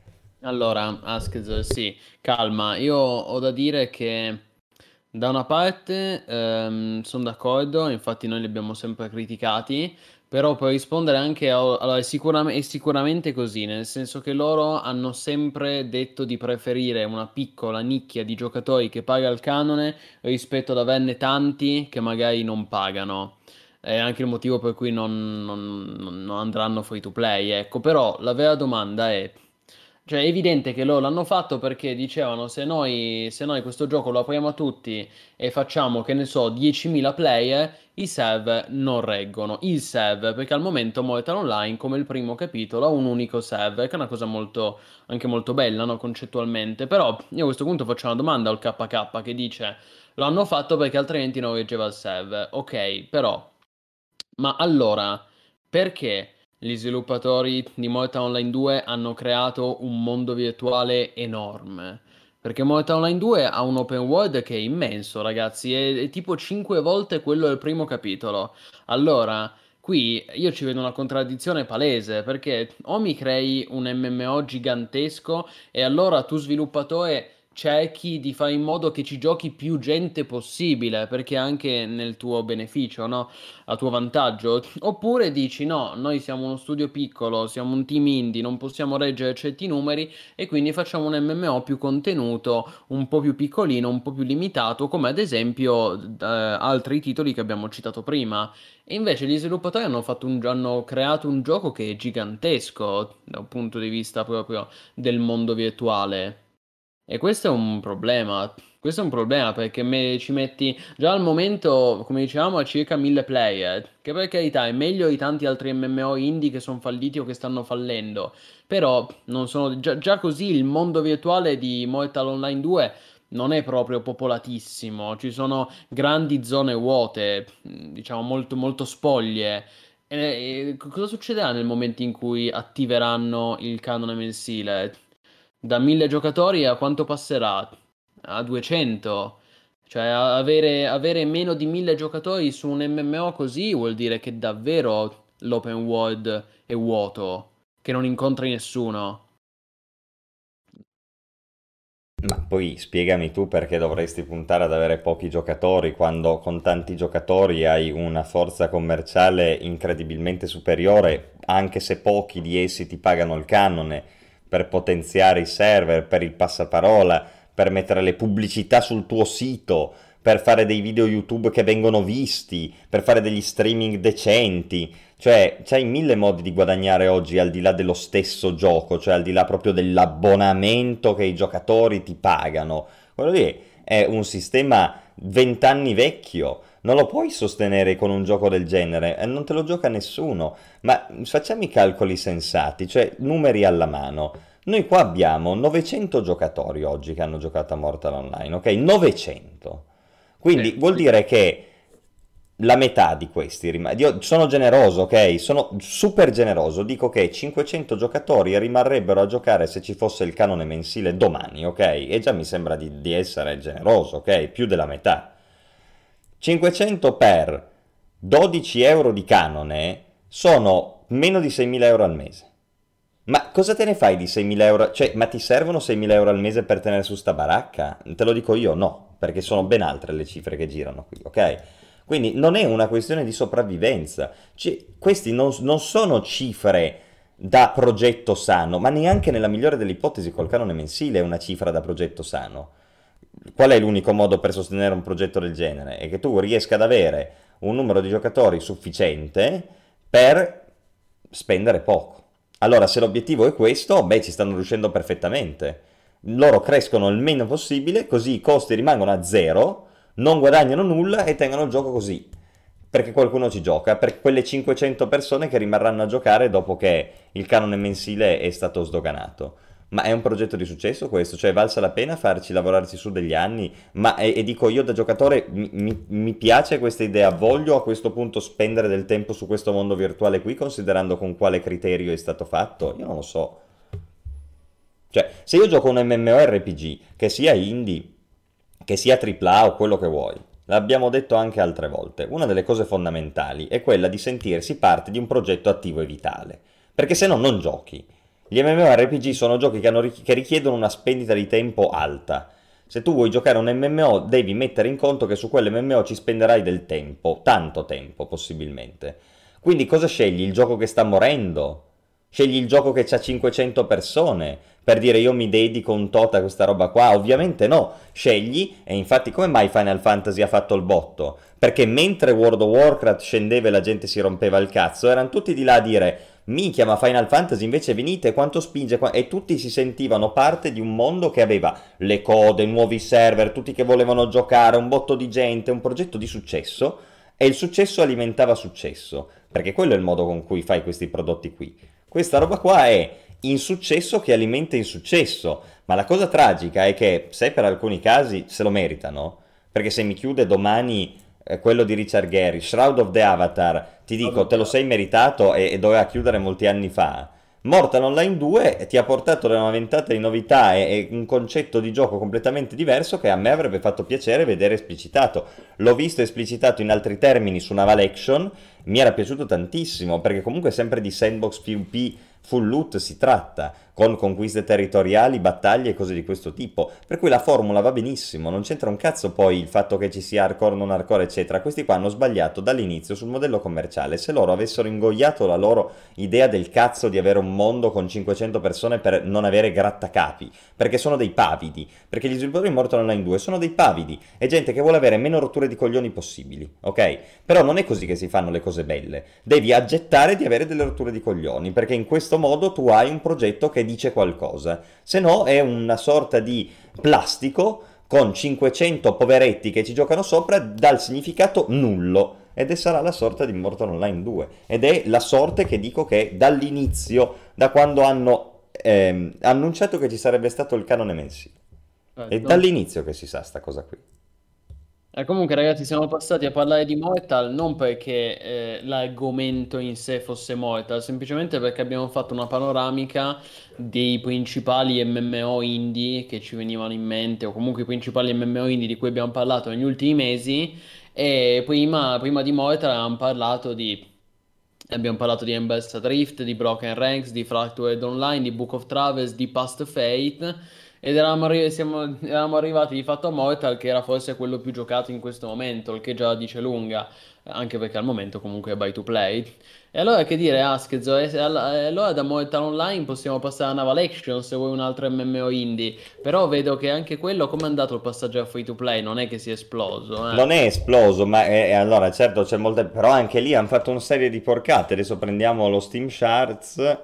C: Allora, Askez, sì, calma, io ho da dire che da una parte sono d'accordo, infatti noi li abbiamo sempre criticati, però per rispondere anche a... Allora, è sicurame- è sicuramente così, nel senso che loro hanno sempre detto di preferire una piccola nicchia di giocatori che paga il canone rispetto ad averne tanti che magari non pagano. È anche il motivo per cui non, non- non- non andranno free to play, ecco. Però la vera domanda è, cioè è evidente che loro l'hanno fatto perché dicevano se noi, se noi questo gioco lo apriamo a tutti e facciamo, che ne so, diecimila player, i server non reggono. Il server, perché al momento Mortal Online, come il primo capitolo, ha un unico server, che è una cosa molto, anche molto bella, no, concettualmente. Però io a questo punto faccio una domanda al K K che dice, lo hanno fatto perché altrimenti non reggeva il server. Ok, però... Ma allora, perché gli sviluppatori di Mortal Online due hanno creato un mondo virtuale enorme? Perché Mortal Online due ha un open world che è immenso, ragazzi, è, è tipo cinque volte quello del primo capitolo. Allora, qui io ci vedo una contraddizione palese, perché o mi crei un M M O gigantesco e allora tu sviluppatore cerchi di fare in modo che ci giochi più gente possibile, perché è anche nel tuo beneficio, no? A tuo vantaggio. Oppure dici no, noi siamo uno studio piccolo, siamo un team indie, non possiamo reggere certi numeri e quindi facciamo un M M O più contenuto, un po' più piccolino, un po' più limitato, come ad esempio eh, altri titoli che abbiamo citato prima. E invece gli sviluppatori hanno fatto un, hanno creato un gioco che è gigantesco dal punto di vista proprio del mondo virtuale. E questo è un problema. Questo è un problema perché me- ci metti già al momento, come dicevamo, a circa mille player, che per carità è meglio di tanti altri M M O indie che sono falliti o che stanno fallendo. Però non sono, già, già così il mondo virtuale di Mortal Online due non è proprio popolatissimo. Ci sono grandi zone vuote, mh, diciamo molto, molto spoglie. E, e cosa succederà nel momento in cui attiveranno il canone mensile? Da mille giocatori a quanto passerà? A duecento? Cioè, a- avere, avere meno di mille giocatori su un M M O così vuol dire che davvero l'open world è vuoto, che non incontri nessuno.
B: Ma poi spiegami tu perché dovresti puntare ad avere pochi giocatori quando con tanti giocatori hai una forza commerciale incredibilmente superiore, anche se pochi di essi ti pagano il canone per potenziare i server, per il passaparola, per mettere le pubblicità sul tuo sito, per fare dei video YouTube che vengono visti, per fare degli streaming decenti. Cioè, c'hai mille modi di guadagnare oggi al di là dello stesso gioco, cioè al di là proprio dell'abbonamento che i giocatori ti pagano. Quello lì è un sistema vent'anni vecchio, non lo puoi sostenere con un gioco del genere, e non te lo gioca nessuno. Ma facciamo i calcoli sensati, cioè numeri alla mano. Noi qua abbiamo novecento giocatori oggi che hanno giocato a Mortal Online, ok? novecento. Quindi
C: Sì.
B: vuol dire che la metà di questi rimane. Io sono generoso, ok? Sono super generoso. Dico che cinquecento giocatori rimarrebbero a giocare se ci fosse il canone mensile domani, ok? E già mi sembra di, di essere generoso, ok? Più della metà. cinquecento per dodici euro di canone sono meno di seimila euro al mese. Ma cosa te ne fai di seimila euro? Cioè, ma ti servono seimila euro al mese per tenere su sta baracca? Te lo dico io, no, perché sono ben altre le cifre che girano qui, ok? Quindi non è una questione di sopravvivenza. Cioè, questi non, non sono cifre da progetto sano, ma neanche nella migliore delle ipotesi col canone mensile è una cifra da progetto sano. Qual è l'unico modo per sostenere un progetto del genere? È che tu riesca ad avere un numero di giocatori sufficiente per spendere poco. Allora, se l'obiettivo è questo, beh, ci stanno riuscendo perfettamente. Loro crescono il meno possibile, così i costi rimangono a zero, non guadagnano nulla e tengono il gioco così. Perché qualcuno ci gioca, per quelle cinquecento persone che rimarranno a giocare dopo che il canone mensile è stato sdoganato. Ma è un progetto di successo questo? Cioè, valsa la pena farci lavorarci su degli anni? Ma e, e dico io da giocatore, mi, mi- mi piace questa idea, voglio a questo punto spendere del tempo su questo mondo virtuale qui, considerando con quale criterio è stato fatto? Io non lo so. Cioè, se io gioco un MMORPG, che sia indie, che sia tripla A o quello che vuoi, l'abbiamo detto anche altre volte, una delle cose fondamentali è quella di sentirsi parte di un progetto attivo e vitale. Perché se no non giochi. Gli MMORPG sono giochi che, hanno ri- che richiedono una spendita di tempo alta. Se tu vuoi giocare a un M M O devi mettere in conto che su quell'M M O ci spenderai del tempo, tanto tempo possibilmente. Quindi cosa scegli? Il gioco che sta morendo? Scegli il gioco che ha cinquecento persone per dire io mi dedico un tot a questa roba qua? Ovviamente no, scegli, e infatti come mai Final Fantasy ha fatto il botto? Perché mentre World of Warcraft scendeva e la gente si rompeva il cazzo, erano tutti di là a dire minchia, ma Final Fantasy invece venite, quanto spinge? Qua-" E tutti si sentivano parte di un mondo che aveva le code, nuovi server, tutti che volevano giocare, un botto di gente, un progetto di successo, e il successo alimentava successo, perché quello è il modo con cui fai questi prodotti qui. Questa roba qua è insuccesso che alimenta insuccesso, ma la cosa tragica è che se per alcuni casi se lo meritano, perché se mi chiude domani eh, quello di Richard Gere, Shroud of the Avatar, ti dico te lo sei meritato e, e doveva chiudere molti anni fa, Mortal Online due ti ha portato una ventata di novità e, e un concetto di gioco completamente diverso che a me avrebbe fatto piacere vedere esplicitato. L'ho visto esplicitato in altri termini su Naval Action, mi era piaciuto tantissimo, perché comunque sempre di sandbox PvP full loot si tratta, con conquiste territoriali, battaglie e cose di questo tipo, per cui la formula va benissimo, non c'entra un cazzo poi il fatto che ci sia hardcore, non hardcore, eccetera. Questi qua hanno sbagliato dall'inizio sul modello commerciale. Se loro avessero ingoiato la loro idea del cazzo di avere un mondo con cinquecento persone per non avere grattacapi, perché sono dei pavidi, perché gli sviluppatori di Mortal Online due sono dei pavidi, è gente che vuole avere meno rotture di coglioni possibili, ok? Però non è così che si fanno le cose belle, devi aggettare di avere delle rotture di coglioni, perché in questo modo tu hai un progetto che dice qualcosa, se no è una sorta di plastico con cinquecento poveretti che ci giocano sopra dal significato nullo, ed è sarà la sorta di Mortal Online due, ed è la sorte che dico che dall'inizio, da quando hanno ehm, annunciato che ci sarebbe stato il canone mensile, è
C: Certo.
B: dall'inizio che si sa sta cosa qui.
C: E comunque ragazzi siamo passati a parlare di Mortal non perché eh, l'argomento in sé fosse Mortal, semplicemente perché abbiamo fatto una panoramica dei principali M M O indie che ci venivano in mente, o comunque i principali M M O indie di cui abbiamo parlato negli ultimi mesi, e prima, prima di Mortal abbiamo parlato di... Abbiamo parlato di Ember's Adrift, di Broken Ranks, di Fractured Online, di Book of Travels, di Past Fate, ed eravamo, arri- siamo- eravamo arrivati di fatto a Mortal, che era forse quello più giocato in questo momento, il che già dice lunga, anche perché al momento comunque è buy to play. E allora che dire, Askezo, e se- all- e allora da Mortal Online possiamo passare a Naval Action se vuoi un altro M M O indie, però vedo che anche quello, come è andato il passaggio a free to play, non è che sia esploso, eh.
B: Non è esploso, ma è, è- allora certo c'è molte, però anche lì hanno fatto una serie di porcate. Adesso prendiamo lo Steam Charts.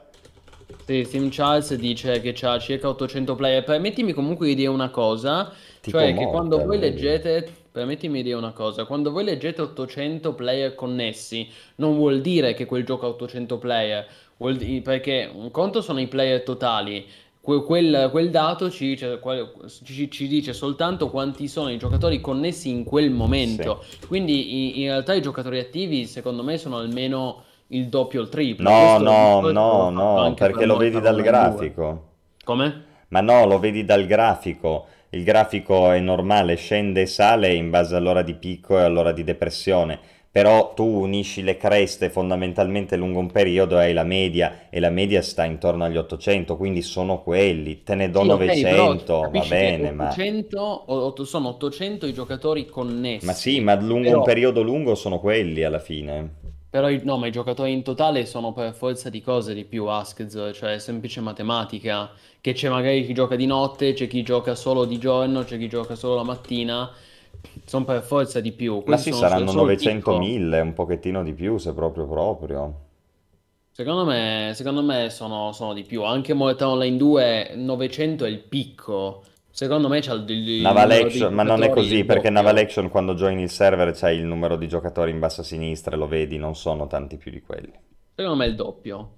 C: Sì, Steam Charles dice che c'ha circa ottocento player. Permettimi comunque di dire una cosa,
B: Tipo
C: cioè che quando
B: Mortal,
C: voi
B: vedi?
C: leggete, permettimi di dire una cosa, quando voi leggete ottocento player connessi, non vuol dire che quel gioco ha ottocento player, vuol di- perché un conto sono i player totali, que- quel, quel dato ci dice, qual- ci- ci dice soltanto quanti sono i giocatori connessi in quel
B: Sì.
C: momento. Quindi i- in realtà i giocatori attivi, secondo me, sono almeno il doppio o il triplo.
B: No,
C: Questo
B: no,
C: discorso l'ho
B: no,
C: fatto
B: no,
C: anche per
B: perché lo vedi
C: Mortal
B: dal
C: Online due.
B: grafico.
C: Come?
B: Ma no, lo vedi dal grafico. Il grafico è normale, scende e sale in base all'ora di picco e all'ora di depressione. Però tu unisci le creste fondamentalmente lungo un periodo e hai la media, e la media sta intorno agli ottocento, quindi sono quelli. Te ne do
C: Sì, ok, però
B: novecento, va
C: capisci che
B: bene, ma...
C: ottocento, o- otto- sono ottocento i giocatori
B: Ma sì,
C: connessi,
B: ma lungo un
C: però,
B: periodo lungo sono quelli alla fine.
C: però i, no, ma i giocatori in totale sono per forza di cose di più Askz, cioè è semplice matematica, che c'è magari chi gioca di notte, c'è chi gioca solo di giorno, c'è chi gioca solo la mattina, sono per forza di più,
B: Ma
C: questi
B: sì,
C: sono, è
B: saranno
C: solo il picco.
B: novecentomila, un pochettino di più se proprio proprio.
C: Secondo me, secondo me sono, sono di più. Anche Mortal Online due, novecento è il picco. Secondo me c'ha il, il
B: Naval
C: numero dei
B: Action, ma non è
C: giocatori è
B: così
C: il
B: perché Naval
C: doppio.
B: Action quando joini il server c'hai il numero di giocatori in basso a sinistra, e lo vedi, non sono tanti più di quelli.
C: Secondo me è il doppio.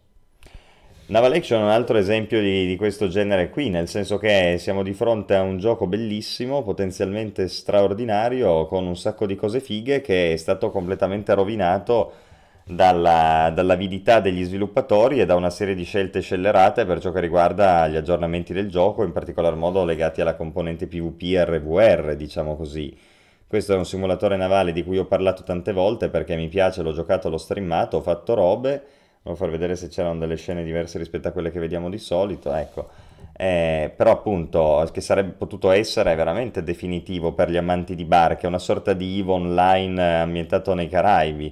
B: Naval Action è un altro esempio di, di questo genere qui, nel senso che siamo di fronte a un gioco bellissimo, potenzialmente straordinario, con un sacco di cose fighe che è stato completamente rovinato dalla, dall'avidità degli sviluppatori e da una serie di scelte scellerate per ciò che riguarda gli aggiornamenti del gioco, in particolar modo legati alla componente PvP e R V R, diciamo così. Questo è un simulatore navale di cui ho parlato tante volte perché mi piace, l'ho giocato, l'ho streamato, ho fatto robe. Volevo far vedere se c'erano delle scene diverse rispetto a quelle che vediamo di solito, ecco. Eh, però appunto, che sarebbe potuto essere veramente definitivo per gli amanti di barche, una sorta di EVE Online eh, ambientato nei Caraibi.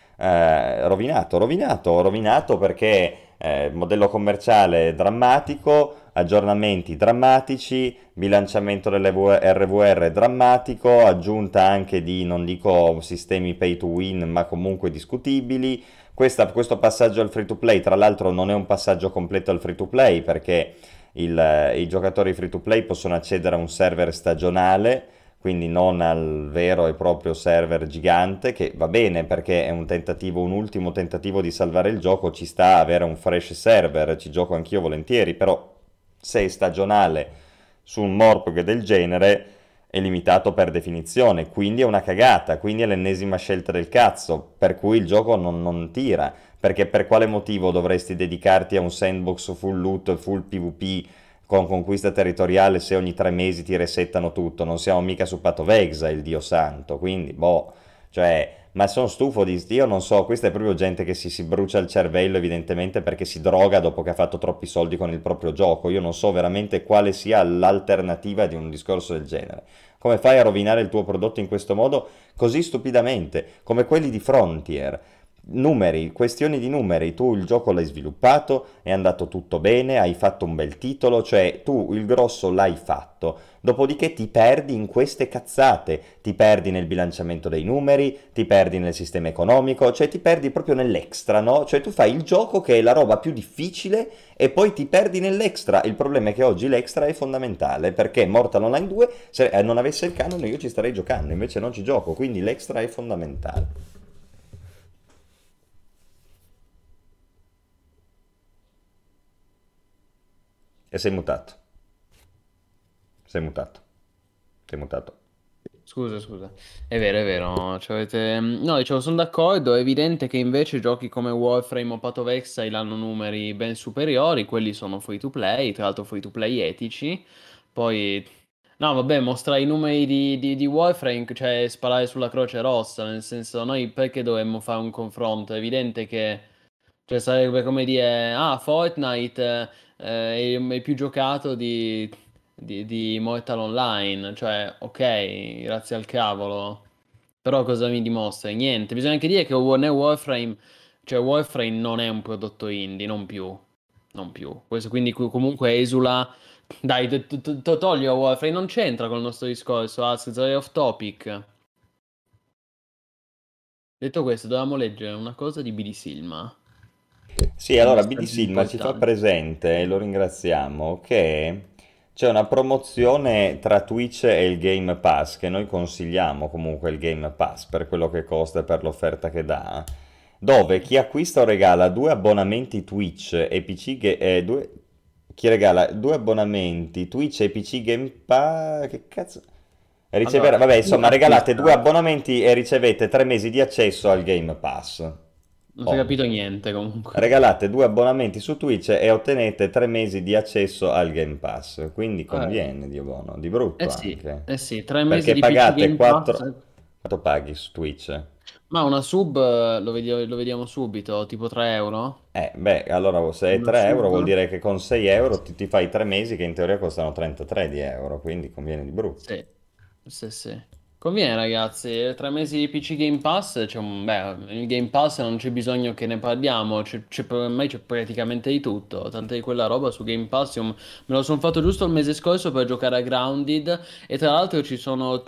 B: Eh, rovinato, rovinato, rovinato perché eh, modello commerciale drammatico, aggiornamenti drammatici, bilanciamento delle R V R drammatico, aggiunta anche di, non dico sistemi pay to win, ma comunque discutibili. Questa- questo passaggio al free to play, tra l'altro, non è un passaggio completo al free to play perché il- eh, i giocatori free to play possono accedere a un server stagionale, quindi non al vero e proprio server gigante, che va bene perché è un tentativo, un ultimo tentativo di salvare il gioco, ci sta a avere un fresh server, ci gioco anch'io volentieri, però se è stagionale su un morpg del genere è limitato per definizione, quindi è una cagata, quindi è l'ennesima scelta del cazzo, per cui il gioco non, non tira, perché per quale motivo dovresti dedicarti a un sandbox full loot, full PvP con conquista territoriale se ogni tre mesi ti resettano tutto? Non siamo mica su Path of Exile, Dio santo, quindi boh, cioè... Ma sono stufo di... Io non so, questa è proprio gente che si, si brucia il cervello evidentemente perché si droga dopo che ha fatto troppi soldi con il proprio gioco. Io non so veramente quale sia l'alternativa di un discorso del genere. Come fai a rovinare il tuo prodotto in questo modo così stupidamente, come quelli di Frontier? Numeri, questioni di numeri, tu il gioco l'hai sviluppato, è andato tutto bene, hai fatto un bel titolo, cioè tu il grosso l'hai fatto, dopodiché ti perdi in queste cazzate, ti perdi nel bilanciamento dei numeri, ti perdi nel sistema economico, cioè ti perdi proprio nell'extra, no? Cioè tu fai il gioco che è la roba più difficile e poi ti perdi nell'extra. Il problema è che oggi l'extra è fondamentale, perché Mortal Online due, se non avesse il canone io ci starei giocando, invece non ci gioco, quindi l'extra è fondamentale. E sei mutato. Sei mutato. Sei mutato.
C: Scusa, scusa. È vero, è vero. Cioè, avete- No, dicevo, sono d'accordo. È evidente che invece giochi come Warframe o Path of Exile hanno numeri ben superiori. Quelli sono free to play, tra l'altro free to play etici. Poi, no, vabbè, mostra i numeri di, di, di Warframe, cioè sparare sulla Croce Rossa. Nel senso, noi perché dovremmo fare un confronto? È evidente che, cioè, sarebbe come dire, ah, Fortnite eh, è, è più giocato di di, di Mortal Online, cioè, ok, grazie al cavolo, però cosa mi dimostra? Niente, bisogna anche dire che War- né Warframe, cioè Warframe non è un prodotto indie, non più, non più, questo quindi cu- comunque esula, dai, to- to- to- togli Warframe, non c'entra con il nostro discorso, Ask, sorry, off topic. Detto questo, dovevamo leggere una cosa di Billy Silma,
B: Sì,
C: un
B: allora B D
C: messaggio
B: Silma ci fa
C: importante.
B: presente, e lo ringraziamo, che c'è una promozione tra Twitch e il Game Pass, che noi consigliamo comunque il Game Pass per quello che costa e per l'offerta che dà, dove chi acquista o regala due abbonamenti Twitch e P C, Ga- eh, due- chi regala due abbonamenti Twitch e P C Game Pass, che cazzo? Riceverà,
C: Allora,
B: vabbè,
C: chi
B: insomma, regalate due
C: acquista?
B: abbonamenti e ricevete tre mesi di accesso al Game Pass.
C: Non si è
B: Oh.
C: capito niente comunque.
B: Regalate due abbonamenti su Twitch e ottenete tre mesi di accesso al Game Pass. Quindi
C: Eh,
B: conviene, Dio buono, di
C: eh
B: brutto
C: sì,
B: anche.
C: eh sì, tre mesi
B: Perché
C: di P C
B: pagate
C: Game Pass.
B: quattro... Quanto paghi su Twitch?
C: Ma una sub eh, lo vedi- lo vediamo subito, tipo tre euro?
B: Eh, beh, allora se è
C: Una
B: tre euro
C: sub?
B: vuol dire che con sei euro ti, ti fai tre mesi che in teoria costano trentatré di euro, quindi conviene di brutto.
C: Sì, sì, sì. Conviene ragazzi, tre mesi di P C Game Pass, c'è un, beh, il Game Pass non c'è bisogno che ne parliamo, c'è, c'è- ormai c'è praticamente di tutto, tanta di quella roba su Game Pass, io me lo sono fatto giusto il mese scorso per giocare a Grounded e tra l'altro ci sono,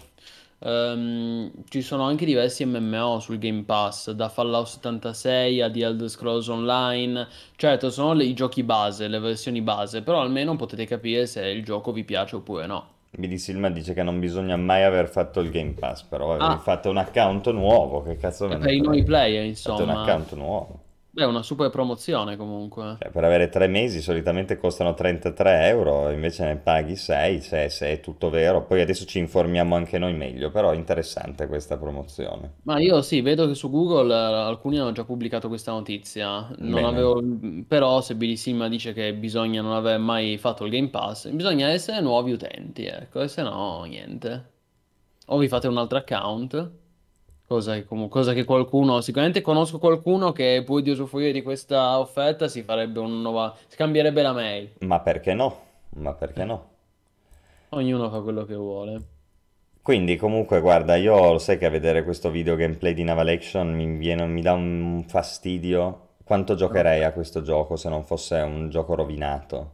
C: ehm, ci sono anche diversi M M O sul Game Pass, da Fallout settantasei a The Elder Scrolls Online, certo sono le- i giochi base, le versioni base, però almeno potete capire se il gioco vi piace oppure no.
B: B D Silma dice che non bisogna mai aver fatto il Game Pass, però avevi
C: Ah,
B: fatto un account nuovo, che cazzo
C: e
B: me ne
C: per i nuovi
B: frega.
C: player,
B: Fate un
C: insomma,
B: account nuovo.
C: beh, è una super promozione comunque.
B: Cioè, per avere tre mesi solitamente costano trentatré euro, invece ne paghi sei, se, se è tutto vero. Poi adesso ci informiamo anche noi meglio, però è interessante questa promozione.
C: Ma io sì, vedo che su Google eh, alcuni hanno già pubblicato questa notizia. Non
B: Bene,
C: avevo, però, se Billy Silma dice che bisogna non aver mai fatto il Game Pass, bisogna essere nuovi utenti, ecco, e se no, niente. O vi fate un altro account, cosa che, comu- cosa che qualcuno, sicuramente conosco qualcuno che pur di usufruire di questa offerta si farebbe un nuova, si cambierebbe la mail.
B: ma perché no? Ma perché no?
C: Ognuno fa quello che vuole.
B: Quindi comunque guarda, io lo sai che a vedere questo video gameplay di Naval Action mi viene, mi dà un fastidio. Quanto giocherei a questo gioco se non fosse un gioco rovinato?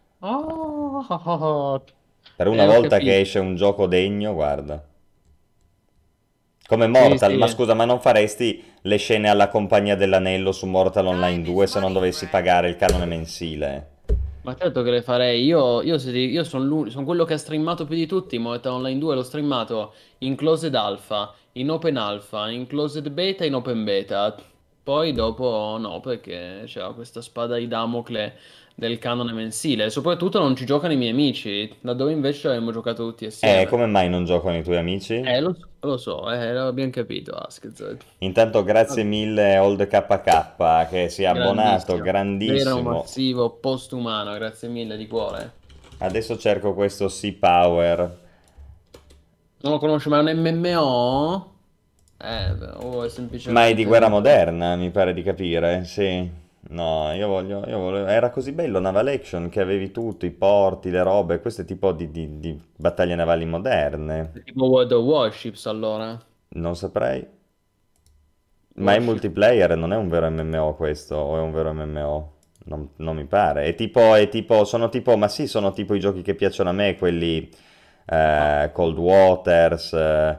C: Oh,
B: Per una
C: eh, ho
B: volta che
C: capito.
B: esce un gioco degno, guarda. Come
C: Sì,
B: Mortal, ma
C: sì.
B: scusa, ma non faresti le scene alla Compagnia dell'Anello su Mortal Online due se non dovessi pagare il canone mensile?
C: Ma certo che le farei. Io, io, se ti- io sono quello che ha streamato più di tutti. Mortal Online due l'ho streamato in Closed Alpha, in Open Alpha, in Closed Beta e in Open Beta. Poi dopo no, perché c'era questa spada di Damocle del canone mensile. Soprattutto non ci giocano i miei amici, laddove invece abbiamo giocato tutti
B: Eh,
C: assieme.
B: come mai non giocano i tuoi amici?
C: Eh, lo so, lo so, eh, l'abbiamo capito, Askez.
B: Intanto grazie
C: Vabbè,
B: mille Old K K che si è abbonato,
C: grandissimo, vero
B: grandissimo.
C: massivo postumano, grazie mille di cuore.
B: Adesso cerco questo Sea Power.
C: Non lo conosco, ma è un M M O? Eh, beh, o è
B: Ma è di
C: semplicemente
B: guerra
C: un...
B: moderna, mi pare di capire, sì. No, io voglio, io volevo- Era così bello Naval Action che avevi tutto, i porti, le robe, questo è tipo di, di- di battaglie navali moderne.
C: tipo World of Warships allora.
B: Non saprei. Ma è
C: Warship.
B: multiplayer, non è un vero M M O questo, o è un vero M M O? Non, non mi pare. È tipo, è tipo, sono tipo, ma sì, sono tipo i giochi che piacciono a me, quelli
C: Ah,
B: eh, Cold Waters, eh,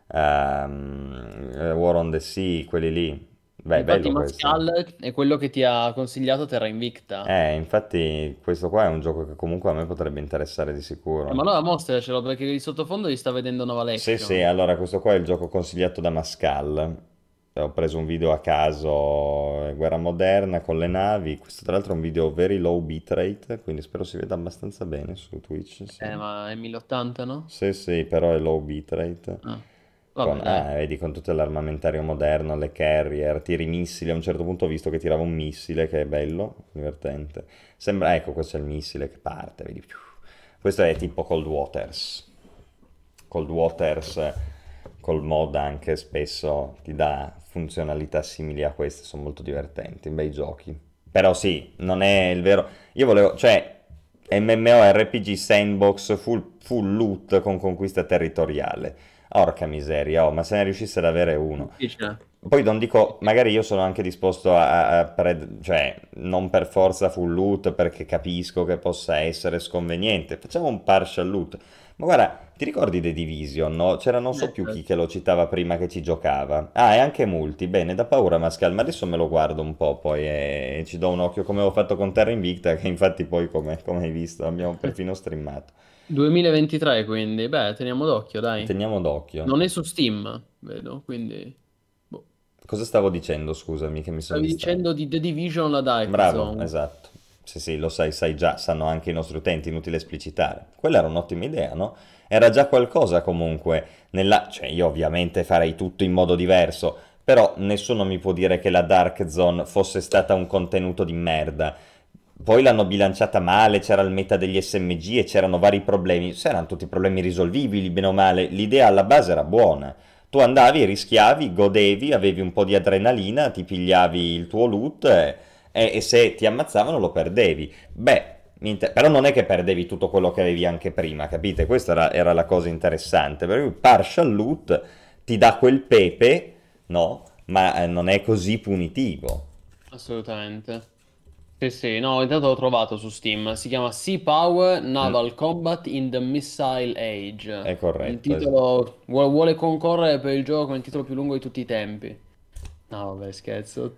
B: ehm, eh, War on the Sea, quelli lì. Beh, è
C: infatti
B: bello questo.
C: Mascal è quello che ti ha consigliato Terra Invicta.
B: Eh, infatti questo qua è un gioco che comunque a me potrebbe interessare di
C: Eh, ma
B: sicuro.
C: allora mostracelo perché di sottofondo gli sta vedendo Naval
B: Sì, sì,
C: Action.
B: allora questo qua è il gioco consigliato da Mascal. Ho preso un video a caso, eh, guerra moderna con le navi. Questo tra l'altro è un video very low bitrate, quindi spero si veda abbastanza bene su Twitch. Sì,
C: Eh, ma è mille ottanta, no?
B: sì, sì, però è low bitrate.
C: Ah,
B: Con,
C: vabbè, dai.
B: ah, vedi, con tutto l'armamentario moderno, le carrier, tiri missili. A un certo punto ho visto che tirava un missile, che è bello, divertente. Sembra, ecco, questo è il missile che parte, vedi. Questo è tipo Cold Waters. Cold Waters eh, col mod anche spesso ti dà funzionalità simili a queste, sono molto divertenti, bei giochi. Però sì, non è il vero... Io volevo, cioè, MMORPG sandbox full, full loot con conquista territoriale. Orca miseria, oh, ma se ne riuscisse ad avere uno.
C: Difficile.
B: Poi non dico, magari io sono anche disposto a, a pred- cioè non per forza full loot perché capisco che possa essere sconveniente. Facciamo un partial loot. Ma guarda, ti ricordi The Division, no? C'era non so
C: Eh,
B: più chi
C: certo.
B: che lo citava prima che ci giocava. Ah, e anche Multi. Bene, da paura Mascal, ma adesso me lo guardo un po' poi e ci do un occhio come ho fatto con Terra Invicta, che infatti poi come, come hai visto abbiamo perfino streamato.
C: duemilaventitré quindi, beh, teniamo d'occhio, dai.
B: Teniamo d'occhio.
C: Non è su Steam, vedo, quindi... boh.
B: Cosa stavo dicendo, scusami, che mi sono
C: Stavi
B: distratto.
C: dicendo di The Division, la Dark
B: Bravo,
C: Zone.
B: esatto. Sì, sì, lo sai, sai già, sanno anche i nostri utenti, inutile esplicitare. Quella era un'ottima idea, no? Era già qualcosa comunque. Nella... Cioè, io ovviamente farei tutto in modo diverso, però nessuno mi può dire che la Dark Zone fosse stata un contenuto di merda. Poi l'hanno bilanciata male, c'era il meta degli S M G e c'erano vari problemi. Erano tutti problemi risolvibili, bene o male. L'idea alla base era buona. Tu andavi, rischiavi, godevi, avevi un po' di adrenalina, ti pigliavi il tuo loot e, e- e se ti ammazzavano lo perdevi. Beh, inter- però non è che perdevi tutto quello che avevi anche prima, capite? Questa era, era la cosa interessante. Per cui partial loot ti dà quel pepe, no? Ma eh, non è così punitivo.
C: Assolutamente. Sì, sì, no, intanto l'ho trovato su Steam. Si chiama Sea Power
B: Mm,
C: Naval Combat in the Missile Age.
B: è
C: Il
B: corretto, es-
C: titolo vuole, vuole concorrere per il gioco con il titolo più lungo di tutti i tempi. No, vabbè, scherzo.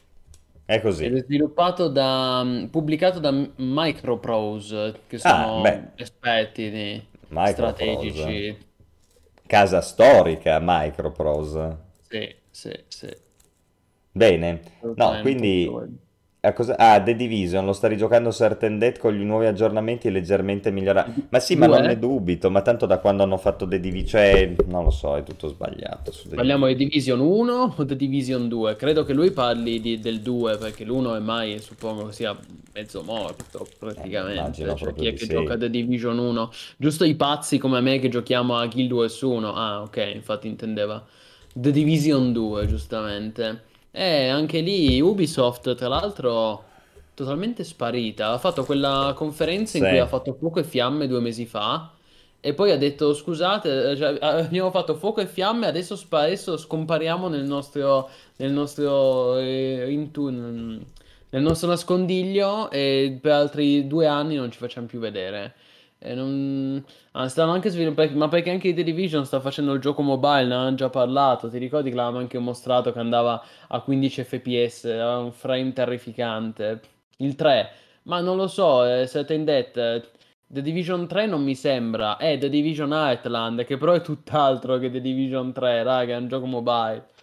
B: è
C: Ed è
B: così.
C: sviluppato da, pubblicato da Microprose, che
B: Ah, beh,
C: sono esperti di
B: Microprose.
C: strategici.
B: Casa storica, Microprose.
C: Sì, sì, sì,
B: Bene, no,
C: assolutamente.
B: quindi a cosa- ah, The Division lo sta rigiocando Certain Dead con gli nuovi aggiornamenti leggermente migliorati. Ma sì, ma non ne
C: Due?
B: dubito, ma tanto da quando hanno fatto The Division, cioè, non lo so, è tutto sbagliato su The
C: Parliamo di
B: Division.
C: Division uno o di Division due? Credo che lui parli di- del due perché l'uno è mai, suppongo che sia mezzo morto
B: Eh beh,
C: praticamente.
B: immagino
C: Cioè,
B: proprio
C: chi è
B: di
C: che gioca a
B: sì.
C: The Division uno? Giusto i pazzi come me che giochiamo a Guild Wars uno. Ah, ok, infatti intendeva The Division due, giustamente. E anche lì Ubisoft, tra l'altro, totalmente sparita. Ha fatto quella conferenza in cui
B: Sì,
C: ha fatto fuoco e fiamme due mesi fa. E poi ha detto: Scusate, eh, cioè, abbiamo fatto fuoco e fiamme, adesso, spa- adesso scompariamo nel nostro, nel nostro, eh, intu- nel nostro nascondiglio e per altri due anni non ci facciamo più vedere. E non... ah, stanno anche sviluppando, ma perché anche The Division sta facendo il gioco mobile, ne hanno già parlato. Ti ricordi che l'avevamo anche mostrato che andava a quindici F P S, aveva un frame terrificante. Il tre, ma non lo so, eh, Certain Death. eh, The Division tre non mi sembra, è The Division Heartland, che però è tutt'altro che The Division tre, raga, è un gioco mobile.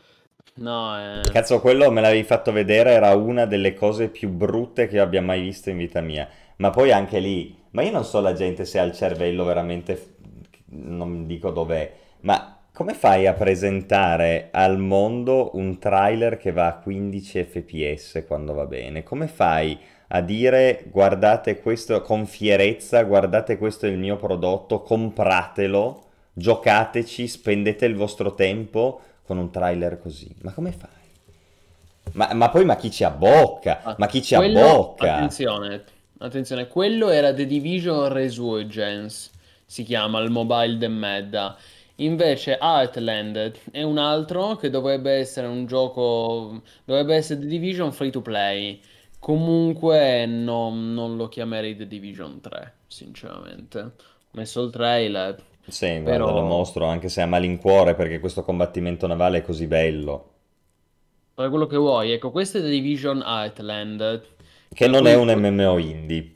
C: No, eh,
B: Cazzo, quello me l'avevi fatto vedere, era una delle cose più brutte che io abbia mai visto in vita mia. Ma poi anche lì, ma io non so la gente se ha il cervello veramente, f- non dico dov'è, ma come fai a presentare al mondo un trailer che va a quindici F P S quando va bene? Come fai a dire guardate questo con fierezza, guardate questo è il mio prodotto, compratelo, giocateci, spendete il vostro tempo con un trailer così? Ma come fai? Ma, ma poi ma chi ci abbocca?
C: ah,
B: Ma chi ci
C: quello,
B: abbocca?
C: attenzione, attenzione, quello era The Division Resurgence, si chiama il mobile de Medda. Invece Heartland è un altro che dovrebbe essere un gioco, dovrebbe essere The Division free to play. Comunque non, non lo chiamerei The Division tre, sinceramente. Ho messo il trailer,
B: Sì, guarda, lo
C: però
B: mostro anche se a malincuore perché questo combattimento navale è così bello.
C: fai quello che vuoi. Ecco, questo è The Division Heartland,
B: Che
C: per
B: non è
C: cui
B: un M M O indie.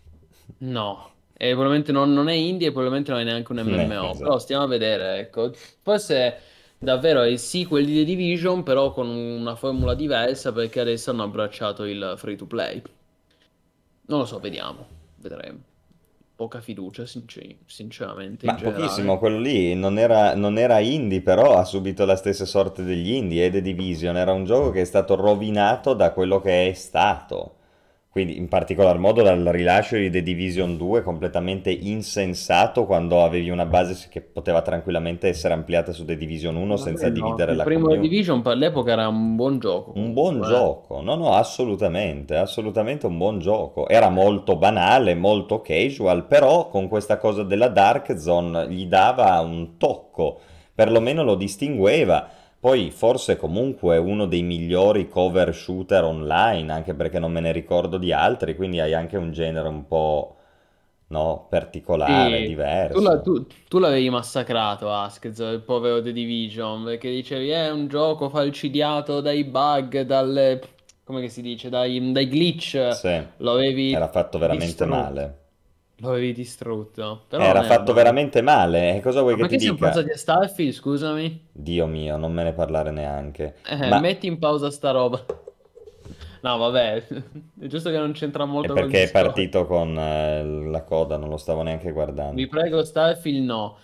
C: no, e probabilmente non, non è indie e probabilmente non è neanche un
B: Eh,
C: M M O, però
B: esatto.
C: stiamo a vedere, ecco. Forse davvero è il sequel di The Division, però con una formula diversa perché adesso hanno abbracciato il free to play. Non lo so, vediamo, vedremo. Poca fiducia, sincer- sinceramente, in
B: Ma
C: generale.
B: pochissimo, quello lì non era, non era indie, però ha subito la stessa sorte degli indie. E The Division era un gioco che è stato rovinato da quello che è stato. Quindi, in particolar modo, dal rilascio di The Division due, completamente insensato quando avevi una base che poteva tranquillamente essere ampliata su The Division uno
C: Ma
B: senza
C: quello,
B: dividere
C: il
B: la
C: primo The
B: community.
C: Division per l'epoca era un buon gioco
B: Un buon
C: comunque, eh.
B: gioco, no, no, assolutamente, assolutamente un buon gioco. Era molto banale, molto casual, però con questa cosa della Dark Zone gli dava un tocco, perlomeno lo distingueva. Poi forse comunque uno dei migliori cover shooter online, anche perché non me ne ricordo di altri, quindi hai anche un genere un po', no, particolare,
C: Sì, tu, la-
B: diverso.
C: tu- tu l'avevi massacrato, Askez, il povero The Division, perché dicevi è un gioco falcidiato dai bug, dalle, come che si dice, dai, dai glitch,
B: Sì,
C: lo avevi
B: era fatto veramente
C: distrutto,
B: male.
C: lo avevi distrutto, però non
B: Era
C: era
B: fatto
C: male.
B: veramente male, e cosa vuoi
C: Ma
B: che ti
C: perché siamo
B: dica?
C: passati a Starfield, scusami?
B: Dio mio, non me ne parlare neanche.
C: Eh,
B: Ma
C: metti in pausa sta roba. No, vabbè, è giusto che non c'entra
B: è
C: molto col
B: perché è
C: discorso.
B: partito con eh, la coda, non lo stavo neanche
C: Vi
B: guardando.
C: prego, Starfield no.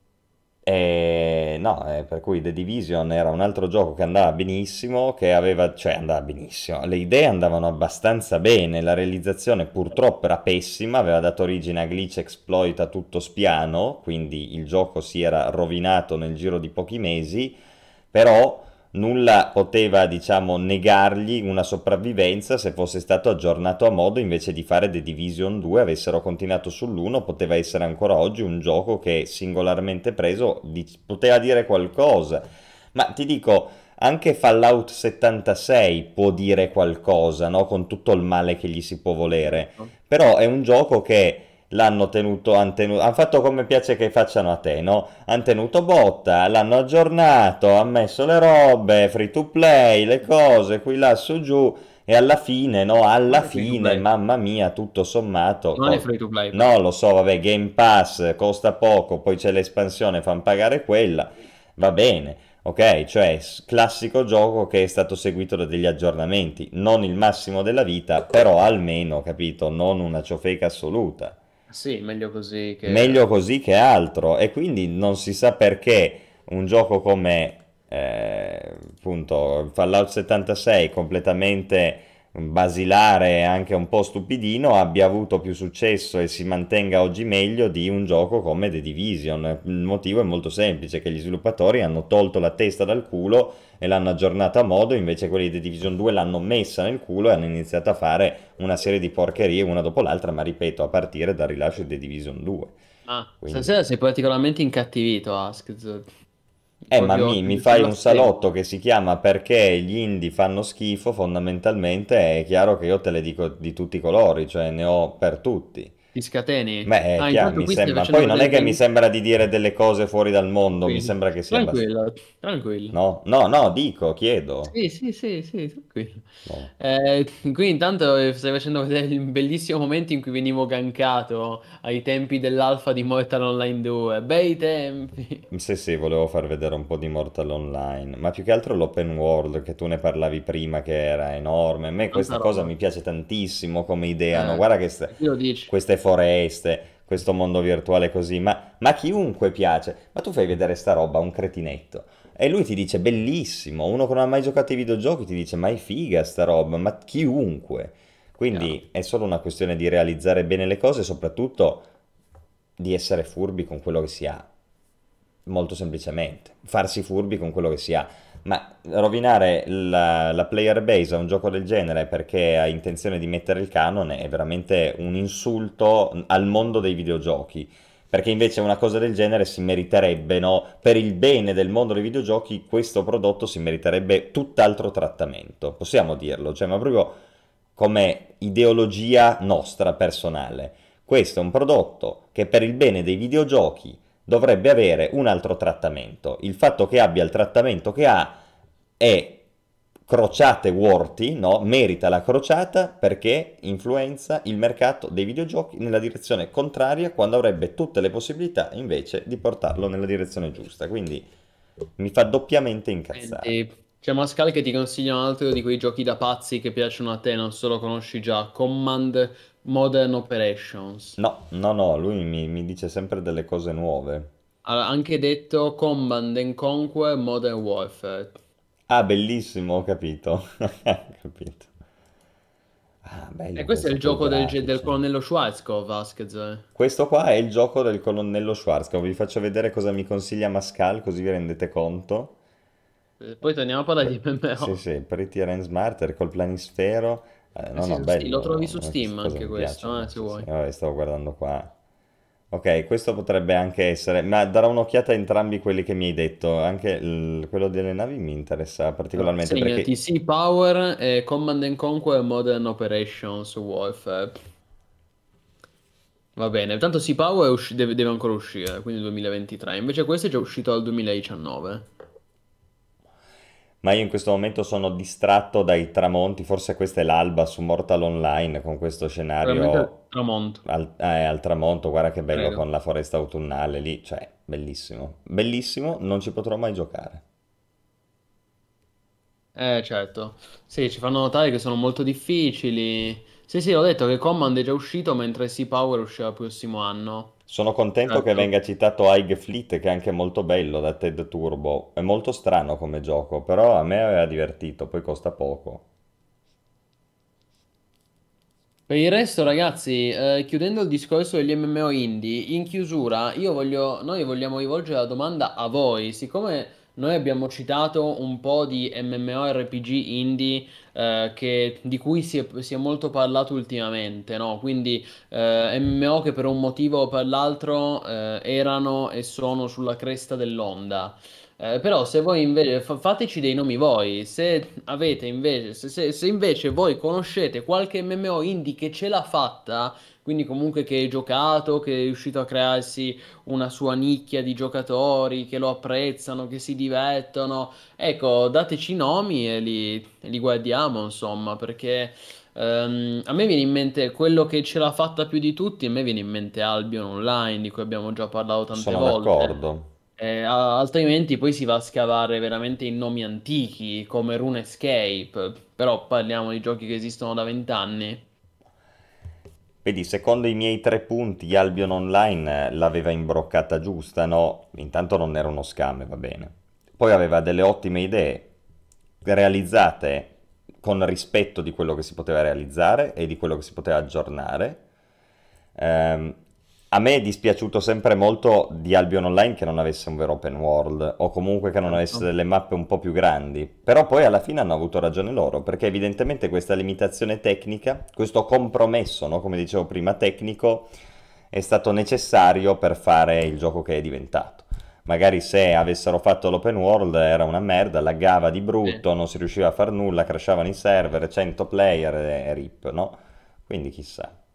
B: E no, eh, per cui The Division era un altro gioco che andava benissimo, che aveva, cioè andava benissimo, le idee andavano abbastanza bene, la realizzazione purtroppo era pessima, aveva dato origine a glitch exploit a tutto spiano, quindi il gioco si era rovinato nel giro di pochi mesi, però nulla poteva, diciamo, negargli una sopravvivenza se fosse stato aggiornato a modo invece di fare The Division due, avessero continuato sull'uno, poteva essere ancora oggi un gioco che singolarmente preso di- poteva dire qualcosa. Ma ti dico, anche Fallout settantasei può dire qualcosa, no? Con tutto il male che gli si può volere. Però è un gioco che l'hanno tenuto, han tenuto, hanno fatto come piace che facciano a te, no? Hanno tenuto botta, l'hanno aggiornato, hanno messo le robe, free to play, le cose, qui là su giù, e alla fine, no? Alla
C: Non è free to
B: fine,
C: play.
B: mamma mia, tutto sommato,
C: Non è
B: co-
C: free to play, però.
B: no, lo so, vabbè, Game Pass costa poco, poi c'è l'espansione, fanno pagare quella, va bene. Ok, cioè s- classico gioco che è stato seguito da degli aggiornamenti, non il massimo della vita, però almeno, capito, non una ciofeca assoluta.
C: Sì, meglio così
B: Meglio
C: che...
B: così che altro, e quindi non si sa perché un gioco come eh, appunto Fallout settantasei, completamente basilare e anche un po' stupidino, abbia avuto più successo e si mantenga oggi meglio di un gioco come The Division. Il motivo è molto semplice, che gli sviluppatori hanno tolto la testa dal culo e l'hanno aggiornata a modo, invece quelli di The Division due l'hanno messa nel culo e hanno iniziato a fare una serie di porcherie una dopo l'altra, ma ripeto, a partire dal rilascio di The Division due.
C: Ah,
B: Quindi,
C: stasera sei particolarmente incattivito, Askz.
B: eh, ma
C: Proprio
B: mi, mi fai
C: sulla
B: un
C: serie.
B: salotto che si chiama Perché gli indie fanno schifo, fondamentalmente è chiaro che io te le dico di tutti i colori, cioè ne ho per tutti.
C: Ti scateni?
B: Beh, è
C: Ah,
B: chiaro,
C: intanto
B: mi
C: qui stai
B: sembra.
C: facendo
B: Poi non è
C: vedere
B: che mi
C: bellissimo.
B: sembra di dire delle cose fuori dal mondo, mi
C: Tranquillo,
B: sembra che sia abbastanza.
C: tranquillo, tranquillo.
B: No, no, no, dico, chiedo.
C: Sì, sì, sì, sì, tranquillo.
B: No.
C: Eh, qui intanto eh, stai facendo vedere il bellissimo momento in cui venivo gankato ai tempi dell'alfa di Mortal Online due. Bei tempi.
B: Sì, sì, volevo far vedere un po' di Mortal Online, ma più che altro l'open world che tu ne parlavi prima che era enorme. A me
C: Tanta
B: questa cosa
C: roba.
B: mi piace tantissimo come idea, no?
C: Eh,
B: Guarda che st-
C: chi lo dici?
B: queste foreste, questo mondo virtuale così, ma, ma a chiunque piace. Ma tu fai vedere sta roba a un cretinetto e lui ti dice bellissimo, uno che non ha mai giocato ai videogiochi ti dice ma è figa sta roba, ma chiunque.
C: Chiaro.
B: Quindi è solo una questione di realizzare bene le cose e soprattutto di essere furbi con quello che si ha. Molto semplicemente, farsi furbi con quello che si ha. Ma rovinare la, la player base a un gioco del genere perché ha intenzione di mettere il canone è veramente un insulto al mondo dei videogiochi. Perché invece una cosa del genere si meriterebbe, no? Per il bene del mondo dei videogiochi, questo prodotto si meriterebbe tutt'altro trattamento. Possiamo dirlo, cioè, ma proprio come ideologia nostra personale. Questo è un prodotto che per il bene dei videogiochi dovrebbe avere un altro trattamento. Il fatto che abbia il trattamento che ha è crociate worthy, no? Merita la crociata perché influenza il mercato dei videogiochi nella direzione contraria quando avrebbe tutte le possibilità invece di portarlo nella direzione giusta. Quindi mi fa doppiamente incazzare.
C: Senti, c'è Mascal che ti consiglia un altro di quei giochi da pazzi che piacciono a te, non so lo conosci già, Command Modern Operations.
B: No, no, no, lui mi, mi dice sempre delle cose nuove.
C: Ha anche detto Command and Conquer Modern Warfare.
B: Ah, bellissimo, ho capito. Ho capito. Ah,
C: E
B: bello
C: questo è
B: questo
C: il
B: coi
C: gioco del, del
B: grafici.
C: colonnello Schwarzkopf, Vasquez. eh.
B: Questo qua è il gioco del colonnello Schwarzkopf. Vi faccio vedere cosa mi consiglia Mascal, così vi rendete conto.
C: Eh, Poi torniamo a parlare di
B: Sì,
C: M M O.
B: sì, Pretty Rand Smarter col planisfero. Eh,
C: Eh
B: no,
C: sì,
B: no,
C: su Steam, lo
B: bello.
C: trovi su
B: A me questa
C: Steam
B: cosa
C: anche
B: mi piace.
C: questo, eh,
B: No?
C: se
B: Sì, sì.
C: vuoi.
B: Vabbè, stavo guardando qua. Ok, questo potrebbe anche essere, ma darò un'occhiata a entrambi quelli che mi hai detto. Anche il- quello delle navi mi interessa
C: Allora,
B: particolarmente
C: segnati
B: perché
C: Sea Power e Command and Conquer Modern Operations Warfare. Va bene, tanto Sea Power è usci- deve, deve ancora uscire, quindi duemilaventitré. Invece questo è già uscito dal duemiladiciannove.
B: ma io in questo momento sono distratto dai tramonti, forse questa è l'alba su Mortal Online con questo
C: Veramente
B: scenario
C: tramonto,
B: al, eh, al tramonto, guarda che bello
C: credo.
B: con la foresta autunnale lì, cioè bellissimo, bellissimo, non ci potrò mai giocare.
C: Eh, certo. Sì, ci fanno notare che sono molto difficili. Sì, sì, ho detto che Command è già uscito mentre Sea Power uscirà il prossimo anno.
B: Sono contento che
C: Certo.
B: venga citato High Fleet, che è anche molto bello da Ted Turbo, è molto strano come gioco, però a me aveva divertito, poi costa poco.
C: Per il resto, ragazzi, eh, chiudendo il discorso degli M M O indie, in chiusura, io voglio, noi vogliamo rivolgere la domanda a voi, siccome noi abbiamo citato un po' di MMORPG indie eh, che- di cui si è, si è molto parlato ultimamente, no? Quindi eh, M M O che per un motivo o per l'altro eh, erano e sono sulla cresta dell'onda. Eh, però se voi invece fa- fateci dei nomi voi, se avete invece, se, se- se invece voi conoscete qualche M M O indie che ce l'ha fatta, quindi comunque che è giocato, che è riuscito a crearsi una sua nicchia di giocatori, che lo apprezzano, che si divertono, ecco, dateci i nomi e li, e li guardiamo, insomma, perché ehm, a me viene in mente quello che ce l'ha fatta più di tutti, a me viene in mente Albion Online, di cui abbiamo già parlato tante
B: Sono
C: volte.
B: d'accordo.
C: Eh, a- altrimenti poi si va a scavare veramente in nomi antichi come RuneScape, però parliamo di giochi che esistono da vent'anni.
B: Vedi, secondo i miei tre punti, Albion Online eh, l'aveva imbroccata giusta, no? Intanto non era uno scam, va bene. Poi aveva delle ottime idee realizzate con rispetto di quello che si poteva realizzare e di quello che si poteva aggiornare. Ehm, a me è dispiaciuto sempre molto di Albion Online che non avesse un vero open world o comunque che non avesse
C: Certo.
B: delle mappe un po' più grandi, però poi alla fine hanno avuto ragione loro perché evidentemente questa limitazione tecnica, questo compromesso, no, come dicevo prima, tecnico, è stato necessario per fare il gioco che è diventato. Magari se avessero fatto l'open world era una merda, laggava di
C: Sì.
B: brutto, non si riusciva a far nulla, crashavano i server, cento player e rip, no? Quindi chissà.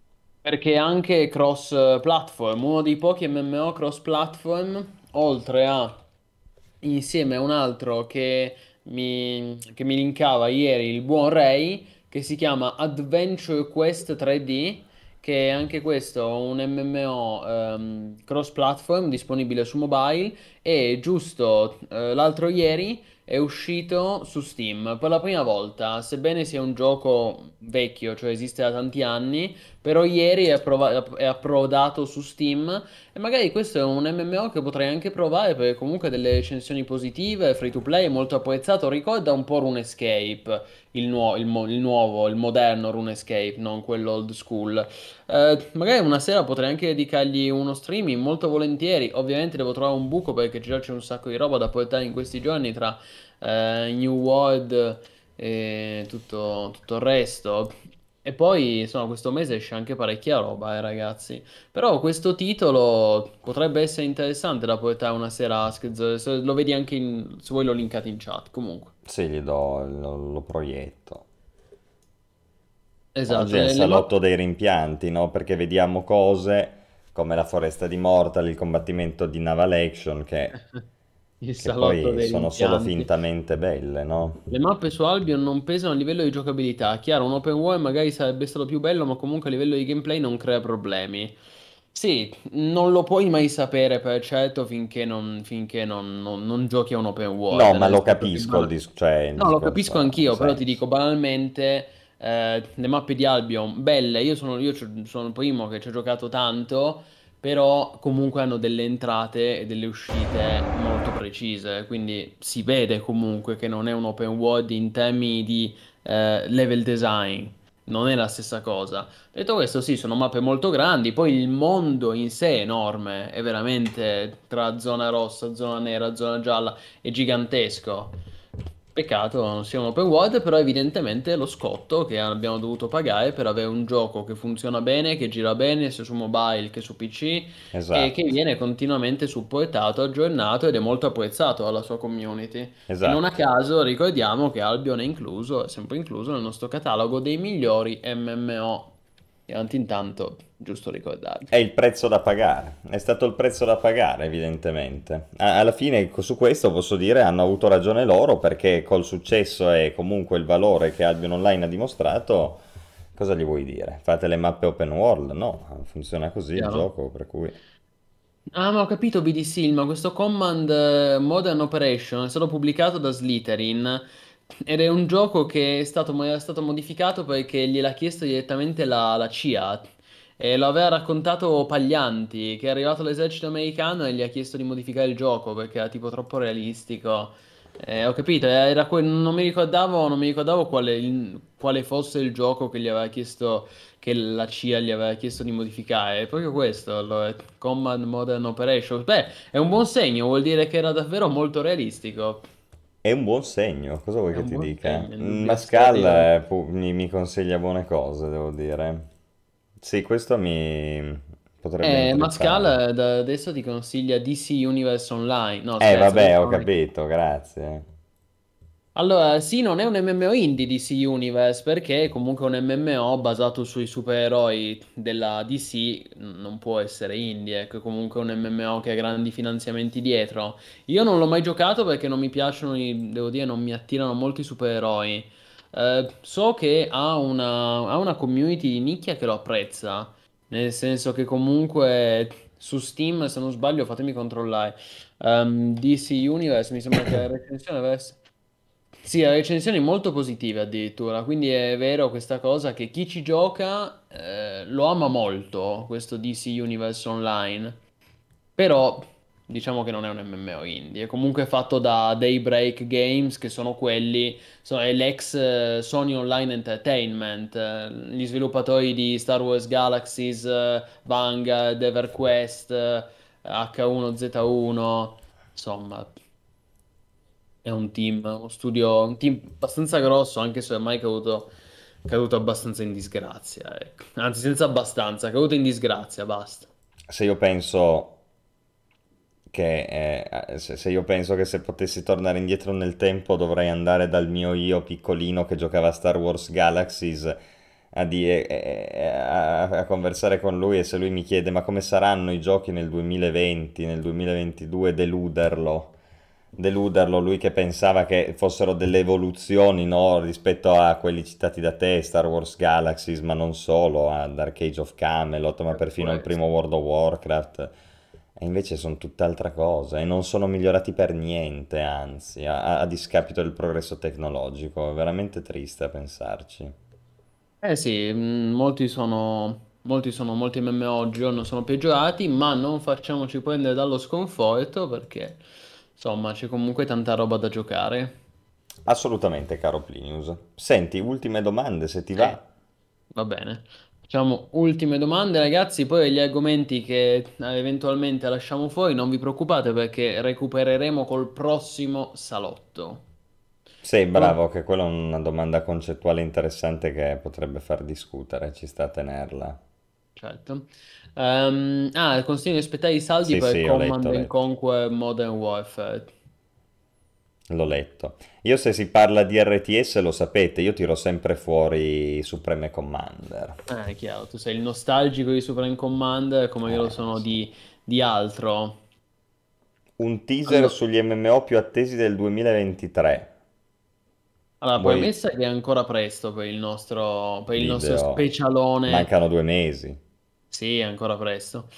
C: Perché è anche cross-platform, uno dei pochi M M O cross-platform, oltre a insieme a un altro che mi, che mi linkava ieri, il buon Ray, che si chiama Adventure Quest tre D, che è anche questo un M M O ehm, cross-platform disponibile su mobile e giusto eh, l'altro ieri è uscito su Steam per la prima volta, sebbene sia un gioco vecchio, cioè esiste da tanti anni, però ieri è, approva- è approdato su Steam e magari questo è un M M O che potrei anche provare perché comunque ha delle recensioni positive, free to play, molto apprezzato. Ricorda un po' RuneScape, il, nuo- il mo- il nuovo, il moderno RuneScape, non quello old school. Eh, magari una sera potrei anche dedicargli uno streaming molto volentieri. Ovviamente devo trovare un buco perché già c'è un sacco di roba da portare in questi giorni tra eh, New World e tutto, tutto il resto. E poi, insomma, questo mese esce anche parecchia roba, eh, ragazzi. Però questo titolo potrebbe essere interessante da portare una sera a Skz- se lo vedi anche in, se vuoi lo linkate in chat, comunque.
B: Sì, gli do, lo, lo proietto. Oggi
C: Esatto,
B: è il
C: le, le
B: salotto
C: mappe...
B: dei rimpianti, no? Perché vediamo cose come la foresta di Mortal, il combattimento di Naval Action, che,
C: Il
B: che
C: salotto
B: poi
C: dei
B: sono solo
C: rimpianti.
B: fintamente belle, no?
C: Le mappe su Albion non pesano a livello di giocabilità. Chiaro, un open world magari sarebbe stato più bello, ma comunque a livello di gameplay non crea problemi. Sì, non lo puoi mai sapere per certo finché non, finché non, non- non giochi a un open
B: No,
C: world.
B: ma
C: Nel
B: lo
C: senso che
B: capisco, il,
C: bana-
B: dis- cioè, il
C: No, lo
B: discorso
C: capisco
B: ha
C: anch'io, però ti
B: senso.
C: dico banalmente, eh, le mappe di Albion, belle, io sono, io ci- sono il primo che ci ho giocato tanto, però comunque hanno delle entrate e delle uscite molto precise, quindi si vede comunque che non è un open world in termini di eh, level design, non è la stessa cosa. Detto questo, sì, sono mappe molto grandi, poi il mondo in sé è enorme, è veramente tra zona rossa, zona nera, zona gialla, è gigantesco. Peccato non sia un open world, però evidentemente è lo scotto che abbiamo dovuto pagare per avere un gioco che funziona bene, che gira bene sia su mobile che su P C e che
B: Esatto,
C: viene continuamente supportato, aggiornato ed è molto apprezzato dalla sua community. E non a
B: esatto.
C: caso ricordiamo che Albion è incluso, è sempre incluso nel nostro catalogo dei migliori M M O. E anche intanto, giusto ricordarvi.
B: È il prezzo da pagare, è stato il prezzo da pagare, evidentemente. A- alla fine, co- su questo posso dire, hanno avuto ragione loro perché col successo e comunque il valore che Albion Online ha dimostrato, cosa gli vuoi dire? Fate le mappe open world? No, funziona così il
C: Chiaro?
B: gioco, per cui...
C: Ah, ma ho capito B D S, ma questo Command eh, Modern Operation è stato pubblicato da Slytherin ed è un gioco che è stato, mo- è stato modificato perché gliel'ha chiesto direttamente la, la C I A e lo aveva raccontato Paglianti, che è arrivato all'esercito americano e gli ha chiesto di modificare il gioco perché era tipo troppo realistico. Eh, ho capito, era que- non mi ricordavo, non mi ricordavo quale, il- quale fosse il gioco che gli aveva chiesto che la C I A gli aveva chiesto di modificare. È proprio questo, allora, Command Modern Operation. Beh, è un buon segno, vuol dire che era davvero molto realistico.
B: È un buon segno, cosa vuoi
C: È
B: che
C: un
B: ti
C: buon
B: dica?
C: segno,
B: Mm,
C: indubbi-
B: Mascal
C: ostativamente.
B: eh, pu- mi, mi consiglia buone cose, devo dire. Sì, questo mi potrebbe
C: Eh,
B: intrippare.
C: Mascal eh, da adesso ti consiglia D C Universe Online. No,
B: Eh,
C: scherzo,
B: vabbè,
C: adesso
B: ho
C: non è.
B: capito, grazie.
C: Allora, sì, non è un M M O indie D C Universe perché è comunque un M M O basato sui supereroi della D C, n- non può essere indie, ecco, è comunque un M M O che ha grandi finanziamenti dietro. Io non l'ho mai giocato perché non mi piacciono, i- devo dire, non mi attirano molto i supereroi. Eh, so che ha una, ha una community di nicchia che lo apprezza, nel senso che comunque su Steam, se non sbaglio, fatemi controllare, ehm, D C Universe mi sembra che la recensione avesse... Sì, ha recensioni molto positive addirittura, quindi è vero questa cosa che chi ci gioca eh, lo ama molto, questo D C Universe Online, però diciamo che non è un M M O indie, è comunque fatto da Daybreak Games, che sono quelli, sono, è l'ex eh, Sony Online Entertainment, eh, gli sviluppatori di Star Wars Galaxies, eh, Vanguard, EverQuest, eh, H uno Z uno, insomma... È un team, uno studio, un team abbastanza grosso, anche se ormai è caduto, caduto abbastanza in disgrazia, ecco. Anzi, senza abbastanza, è caduto in disgrazia, basta.
B: Se io penso che eh, se, se io penso che se potessi tornare indietro nel tempo dovrei andare dal mio io piccolino che giocava a Star Wars Galaxies a, di- eh, eh, a- a conversare con lui, e se lui mi chiede ma come saranno i giochi nel duemilaventi, nel duemilaventidue, deluderlo. Deluderlo, lui che pensava che fossero delle evoluzioni, no, rispetto a quelli citati da te, Star Wars Galaxies, ma non solo, a Dark Age of Camelot, ma perfino il primo World of Warcraft. E invece sono tutt'altra cosa e non sono migliorati per niente, anzi, a, a discapito del progresso tecnologico. È veramente triste a pensarci.
C: Eh sì, mh, molti sono, molti sono, molti M M O oggigiorno sono peggiorati, ma non facciamoci prendere dallo sconforto perché, insomma, c'è comunque tanta roba da giocare.
B: Assolutamente, caro Plinius. Senti, ultime domande se ti
C: Sì,
B: va.
C: va bene. Facciamo ultime domande, ragazzi. Poi gli argomenti che eh, eventualmente lasciamo fuori, non vi preoccupate perché recupereremo col prossimo salotto.
B: Sei
C: Va-
B: bravo, che quella è una domanda concettuale interessante che potrebbe far discutere, ci sta a tenerla.
C: Certo. Ehm, ah, consiglio di aspettare i saldi
B: Sì,
C: per
B: sì, ho letto,
C: Command
B: ho
C: and
B: letto.
C: Conquer Modern Warfare.
B: L'ho letto. Io se si parla di R T S lo sapete, io tiro sempre fuori Supreme Commander.
C: Eh, è chiaro, tu sei il nostalgico di Supreme Command come io lo
B: Eh,
C: sono
B: sì.
C: di, di altro.
B: Un teaser
C: Allo-
B: sugli M M O più attesi del duemilaventitré.
C: Allora,
B: Vuoi
C: premessa che è ancora presto per il nostro, per il nostro
B: video?
C: specialone.
B: Mancano due mesi.
C: Sì, è ancora presto.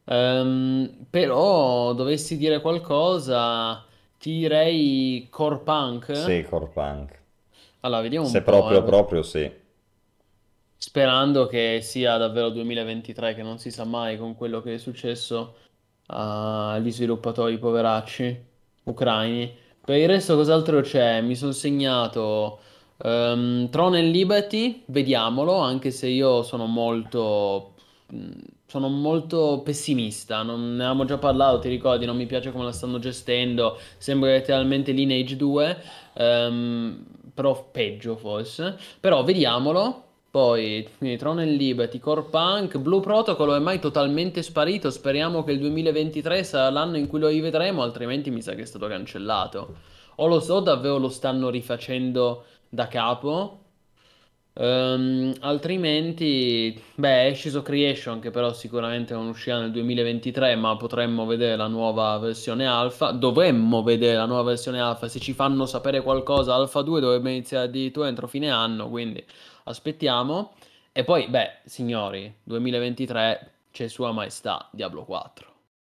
C: Ehm, però, dovessi dire qualcosa, ti direi Core Punk.
B: Sì, Corpunk.
C: Allora, vediamo
B: Se
C: un po',
B: proprio
C: eh.
B: proprio sì.
C: Sperando che sia davvero duemilaventitré, che non si sa mai con quello che è successo agli sviluppatori poveracci ucraini. Per il resto, cos'altro c'è? Mi sono segnato ehm, Throne and Liberty, vediamolo, anche se io sono molto, mh, sono molto pessimista. Non ne avevamo già parlato, ti ricordi? Non mi piace come la stanno gestendo. Sembra letteralmente Lineage due, ehm, però peggio forse. Però vediamolo. Poi, quindi Throne and Liberty, Core Punk, Blue Protocol è mai totalmente sparito. Speriamo che il duemilaventitré sarà l'anno in cui lo rivedremo, altrimenti mi sa che è stato cancellato. O lo so, davvero lo stanno rifacendo da capo. Ehm, altrimenti, beh, Ashes of Creation, che però sicuramente non uscirà nel duemilaventitré, ma potremmo vedere la nuova versione alfa. Dovremmo vedere la nuova versione alfa. Se ci fanno sapere qualcosa, Alpha due dovrebbe iniziare addirittura entro fine anno, quindi aspettiamo. E poi, beh, signori, duemilaventitré c'è Sua Maestà, Diablo quattro.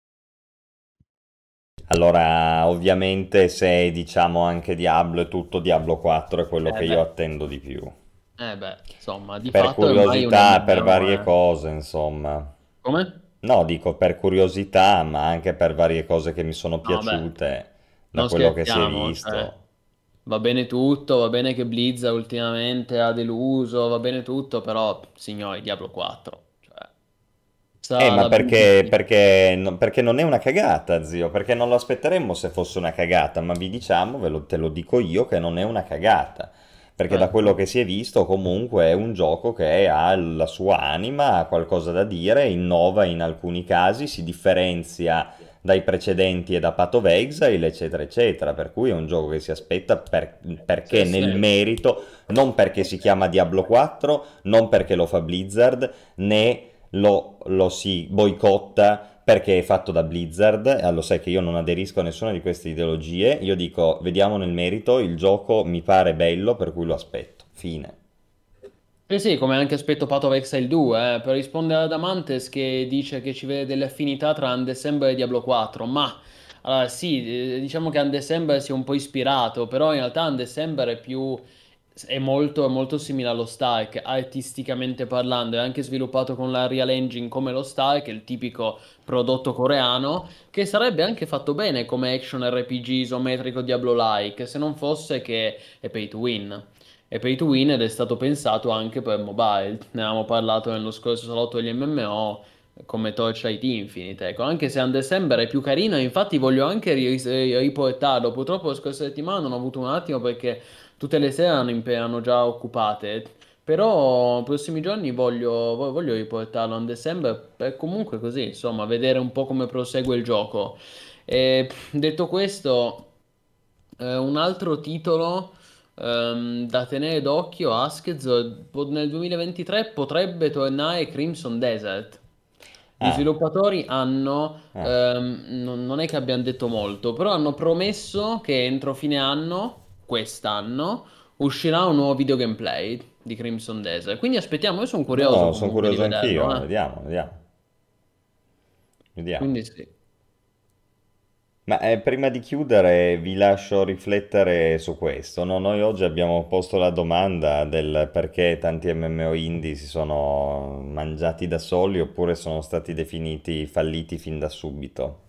B: Allora, ovviamente se diciamo anche Diablo e tutto, Diablo quattro è quello
C: Eh
B: che io
C: beh,
B: attendo di più.
C: eh beh, insomma, di
B: Per
C: fatto è ormai un
B: curiosità, per
C: M M O,
B: varie
C: eh.
B: cose, insomma.
C: Come?
B: No, dico per curiosità, ma anche per varie cose che mi sono
C: No, beh,
B: piaciute da
C: non
B: quello che si è
C: scherziamo, cioè.
B: visto.
C: Va bene tutto, va bene che Blizzard ultimamente ha deluso, va bene tutto, però, signori, Diablo quattro, cioè,
B: Eh,
C: sarà
B: ma
C: da
B: perché,
C: brividi.
B: perché, no- perché non è una cagata, zio? Perché non lo aspetteremmo se fosse una cagata, ma vi diciamo, ve lo- te lo dico io, che non è una cagata. Perché da quello
C: Certo.
B: che si è visto, comunque è un gioco che ha la sua anima, ha qualcosa da dire, innova in alcuni casi, si differenzia dai precedenti e da Path of Exile, eccetera, eccetera. Per cui è un gioco che si aspetta per- perché
C: Sì, sì.
B: nel merito, non perché si chiama Diablo quattro, non perché lo fa Blizzard, né lo, lo si boicotta perché è fatto da Blizzard. Eh, lo sai che io non aderisco a nessuna di queste ideologie. Io dico, vediamo nel merito, il gioco mi pare bello, per cui lo aspetto. Fine.
C: Sì, sì, come anche aspetto Path of Exile due, eh, per rispondere ad Amantes che dice che ci vede delle affinità tra Undecember e Diablo quattro, ma allora, sì, eh, diciamo che Undecember sia un po' ispirato, però in realtà Undecember è più, è molto, è molto simile allo Stark, artisticamente parlando, è anche sviluppato con la Real Engine come lo Stark, il tipico prodotto coreano, che sarebbe anche fatto bene come action R P G isometrico Diablo-like, se non fosse che è pay to win. È pay to win ed è stato pensato anche per mobile. Ne avevamo parlato nello scorso salotto degli M M O come Torchlight Infinite. Ecco, anche se Undecember è più carino, e infatti voglio anche ri- riportarlo. Purtroppo la scorsa settimana non ho avuto un attimo perché tutte le sere erano, impe- erano già occupate. Però nei prossimi giorni voglio, vo- voglio riportarlo a Undecember per comunque così, insomma, vedere un po' come prosegue il gioco. E, detto questo, eh, un altro titolo. ehm, da tenere d'occhio, Askez, po- nel duemilaventitré potrebbe tornare Crimson Desert. Gli
B: Ah,
C: sviluppatori hanno,
B: ah.
C: ehm, non, non è che abbiano detto molto, però hanno promesso che entro fine anno, quest'anno, uscirà un nuovo video gameplay di Crimson Desert. Quindi aspettiamo, io sono curioso
B: No, sono
C: comunque di
B: curioso
C: vederlo,
B: anch'io.
C: eh.
B: Vediamo, vediamo, vediamo.
C: Quindi sì.
B: Ma eh, prima di chiudere vi lascio riflettere su questo, no? Noi oggi abbiamo posto la domanda del perché tanti M M O indie si sono mangiati da soli oppure sono stati definiti falliti fin da subito.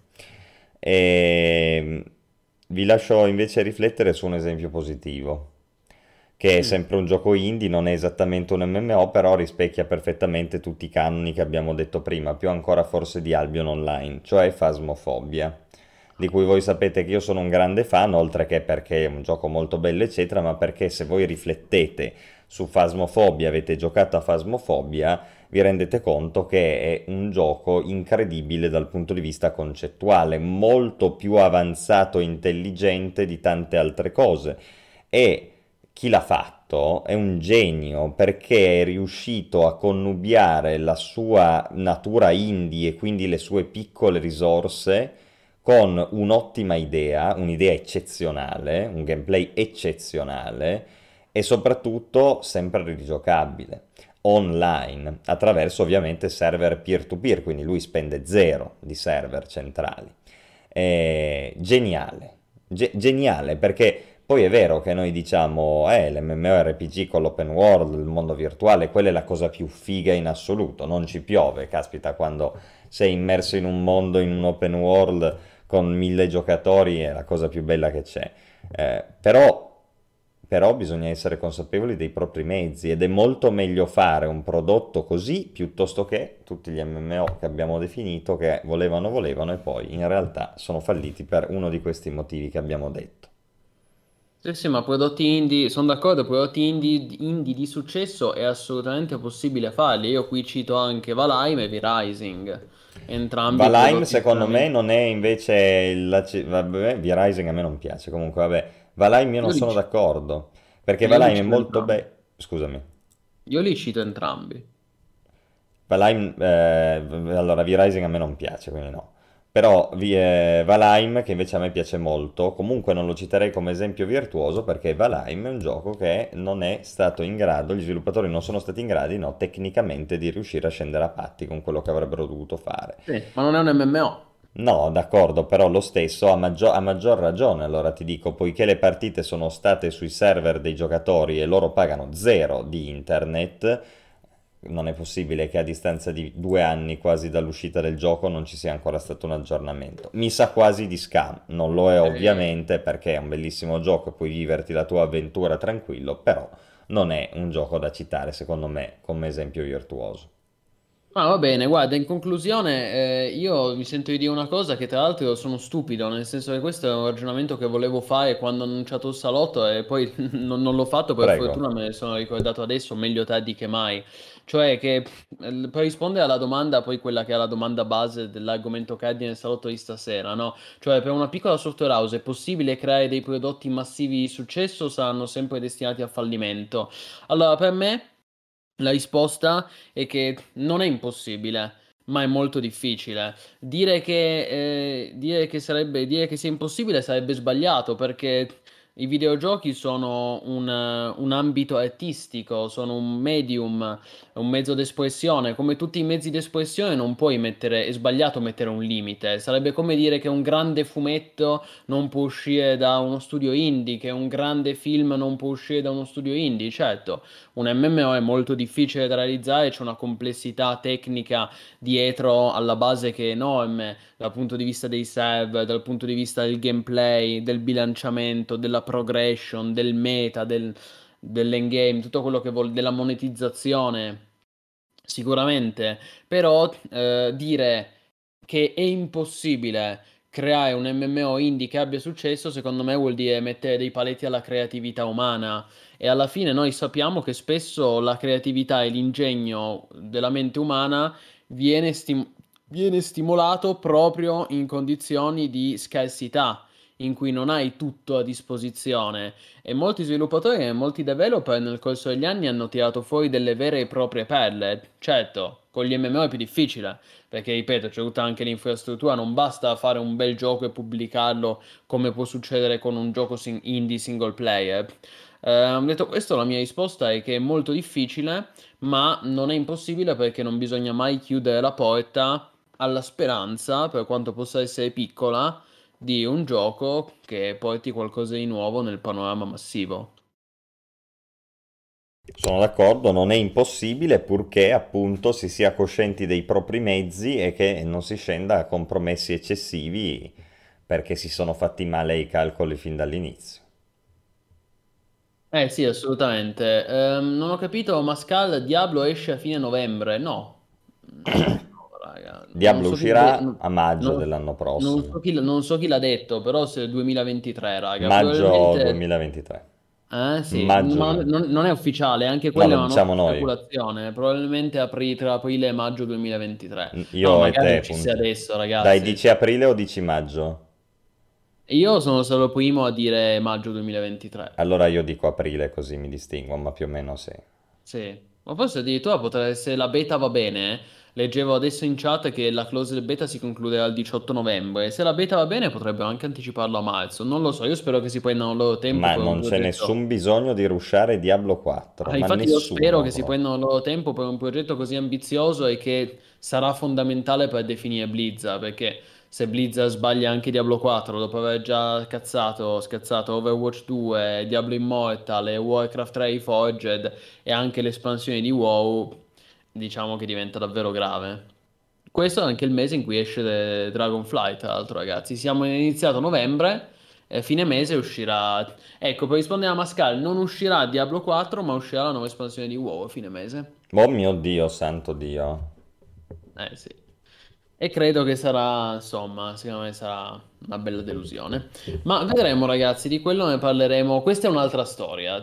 B: E vi lascio invece riflettere su un esempio positivo, che è
C: Mm.
B: sempre un gioco indie, non è esattamente un M M O, però rispecchia perfettamente tutti i canoni che abbiamo detto prima, più ancora forse di Albion Online, cioè Phasmophobia, di cui voi sapete che io sono un grande fan, oltre che perché è un gioco molto bello, eccetera, ma perché se voi riflettete su Phasmophobia, avete giocato a Phasmophobia, vi rendete conto che è un gioco incredibile dal punto di vista concettuale, molto più avanzato e intelligente di tante altre cose. E chi l'ha fatto è un genio perché è riuscito a connubiare la sua natura indie e quindi le sue piccole risorse con un'ottima idea, un'idea eccezionale, un gameplay eccezionale e soprattutto sempre rigiocabile online attraverso ovviamente server peer-to-peer, quindi lui spende zero di server centrali. È geniale, Ge- geniale perché poi è vero che noi diciamo, eh, l'MMORPG con l'open world, il mondo virtuale, quella è la cosa più figa in assoluto, non ci piove, caspita, quando sei immerso in un mondo, in un open world con mille giocatori è la cosa più bella che c'è. Eh, però, però bisogna essere consapevoli dei propri mezzi ed è molto meglio fare un prodotto così piuttosto che tutti gli M M O che abbiamo definito che volevano, volevano e poi in realtà sono falliti per uno di questi motivi che abbiamo detto.
C: Sì, sì, ma prodotti indie, sono d'accordo, prodotti indie, indie di successo è assolutamente possibile farli. Io qui cito anche Valheim e V-Rising, entrambi
B: Valheim
C: prodotti
B: secondo me
C: estremamente...
B: non è invece il... la- vabbè, V-Rising a me non piace, comunque vabbè, Valheim io non
C: Io li,
B: sono
C: ci-
B: d'accordo, perché
C: io li
B: Valheim è
C: cito
B: molto
C: entrambi.
B: bello... Scusami.
C: Io li cito entrambi.
B: Valheim, eh, v- allora V-Rising a me non piace, quindi no. Però vi- eh, Valheim, che invece a me piace molto, comunque non lo citerei come esempio virtuoso perché Valheim è un gioco che non è stato in grado, gli sviluppatori non sono stati in grado, no, tecnicamente di riuscire a scendere a patti con quello che avrebbero dovuto fare.
C: Sì, ma non è un M M O.
B: No, d'accordo, però lo stesso a, maggio- a maggior ragione, allora ti dico, poiché le partite sono state sui server dei giocatori e loro pagano zero di internet, non è possibile che a distanza di due anni quasi dall'uscita del gioco non ci sia ancora stato un aggiornamento. Mi sa quasi di scam, non lo è
C: Sì.
B: ovviamente perché è un bellissimo gioco e puoi viverti la tua avventura tranquillo, però non è un gioco da citare secondo me come esempio virtuoso.
C: Ah, va bene, guarda, in conclusione, eh, io mi sento di dire una cosa che tra l'altro sono stupido, nel senso che questo è un ragionamento che volevo fare quando ho annunciato il salotto e poi non, non l'ho fatto, per
B: Prego.
C: fortuna me ne sono ricordato adesso, meglio tardi che mai. Cioè che eh, per rispondere alla domanda, poi quella che è la domanda base dell'argomento cardine del salotto di stasera, no? Cioè per una piccola software house è possibile creare dei prodotti massivi di successo o saranno sempre destinati al fallimento? Allora, per me... La risposta è che non è impossibile, ma è molto difficile. Dire che, eh, dire che sarebbe, dire che sia impossibile sarebbe sbagliato perché i videogiochi sono un, eh, un ambito artistico, sono un medium, un mezzo d'espressione. Come tutti i mezzi d'espressione non puoi mettere, è sbagliato mettere un limite. Sarebbe come dire che un grande fumetto non può uscire da uno studio indie, che un grande film non può uscire da uno studio indie. Certo, un M M O è molto difficile da realizzare, c'è una complessità tecnica dietro alla base che è enorme dal punto di vista dei server, dal punto di vista del gameplay, del bilanciamento, della progression, del meta, del, dell'endgame, tutto quello che vuol, della monetizzazione. Sicuramente, però eh, dire che è impossibile creare un M M O indie che abbia successo, secondo me vuol dire mettere dei paletti alla creatività umana. E alla fine noi sappiamo che spesso la creatività e l'ingegno della mente umana viene, stim- viene stimolato proprio in condizioni di scarsità. in cui non hai tutto a disposizione e molti sviluppatori e molti developer nel corso degli anni hanno tirato fuori delle vere e proprie perle. Certo, con gli M M O è più difficile, perché ripeto, c'è tutta anche l'infrastruttura, non basta fare un bel gioco e pubblicarlo come può succedere con un gioco sing- indie single player. Eh, detto questo, la mia risposta è che è molto difficile, ma non è impossibile perché non bisogna mai chiudere la porta alla speranza, per quanto possa essere piccola, di un gioco che porti qualcosa di nuovo nel panorama massivo.
B: Sono d'accordo, non è impossibile purché appunto si sia coscienti dei propri mezzi e che non si scenda a compromessi eccessivi perché si sono fatti male i calcoli fin dall'inizio.
C: Eh sì, assolutamente. Ehm, non ho capito, Mascal, Diablo esce a fine novembre? No. Mm, no, raga. Non
B: Diablo
C: so chi l'ha de-
B: uscirà
C: non-
B: a maggio
C: non-
B: dell'anno
C: non so
B: prossimo,
C: chi, l- non so chi l'ha detto, però se il duemilaventitré, raga,
B: maggio
C: probabilmente.
B: duemilaventitré,
C: Eh sì, ma
B: maggio,
C: non, non è ufficiale, anche
B: no,
C: quella è
B: lo
C: una
B: diciamo
C: nostra
B: noi,
C: speculazione, probabilmente apri- tra aprile e maggio duemilaventitré. No,
B: io e
C: magari
B: te,
C: uscisse
B: punto.
C: adesso,
B: Dai,
C: ragazzi.
B: dici aprile o dici maggio?
C: Io sono stato il primo a dire maggio duemilaventitré.
B: Allora io dico aprile così mi distingo, ma più o meno sì.
C: Sì, ma forse addirittura potrebbe, se la beta va bene, leggevo adesso in chat che la close del beta si concluderà il diciotto novembre, e se la beta va bene potrebbero anche anticiparlo a marzo, non lo so, io spero che si prendano il loro tempo
B: Ma
C: per un
B: non c'è
C: progetto.
B: nessun bisogno di rushare Diablo quattro,
C: Ah,
B: ma
C: infatti io spero
B: nessuno
C: che si
B: proprio.
C: prendano il loro tempo per un progetto così ambizioso e che sarà fondamentale per definire Blizzard, perché se Blizzard sbaglia anche Diablo quattro, dopo aver già cazzato, scazzato Overwatch due, Diablo Immortal e Warcraft tre Reforged e anche l'espansione di WoW, diciamo che diventa davvero grave. Questo è anche il mese in cui esce Dragonflight, tra l'altro, ragazzi. Siamo iniziato a novembre, e fine mese uscirà. Ecco, per rispondere a Mascal, non uscirà Diablo quattro, ma uscirà la nuova espansione di WoW a fine mese.
B: Oh mio Dio, santo Dio.
C: Eh sì. E credo che sarà, insomma, secondo me sarà una bella delusione. Ma vedremo, ragazzi, di quello ne parleremo. Questa è un'altra storia.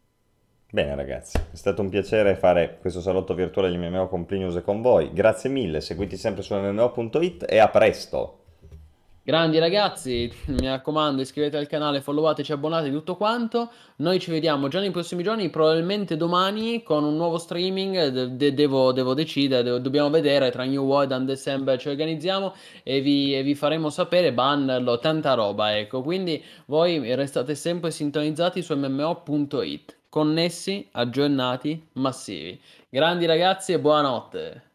B: Bene ragazzi, è stato un piacere fare questo salotto virtuale di M M O con Plinius e con voi. Grazie mille, seguiti sempre su M M O punto it e a presto.
C: Grandi ragazzi, mi raccomando, iscrivetevi al canale, followateci, abbonatevi, tutto quanto. Noi ci vediamo già nei prossimi giorni, probabilmente domani con un nuovo streaming. De- de- devo, devo decidere, devo- dobbiamo vedere tra New World and December ci organizziamo e vi, e vi faremo sapere, bannerlo, tanta roba, ecco. Quindi voi restate sempre sintonizzati su M M O punto it, connessi, aggiornati, massivi. Grandi ragazzi e buonanotte.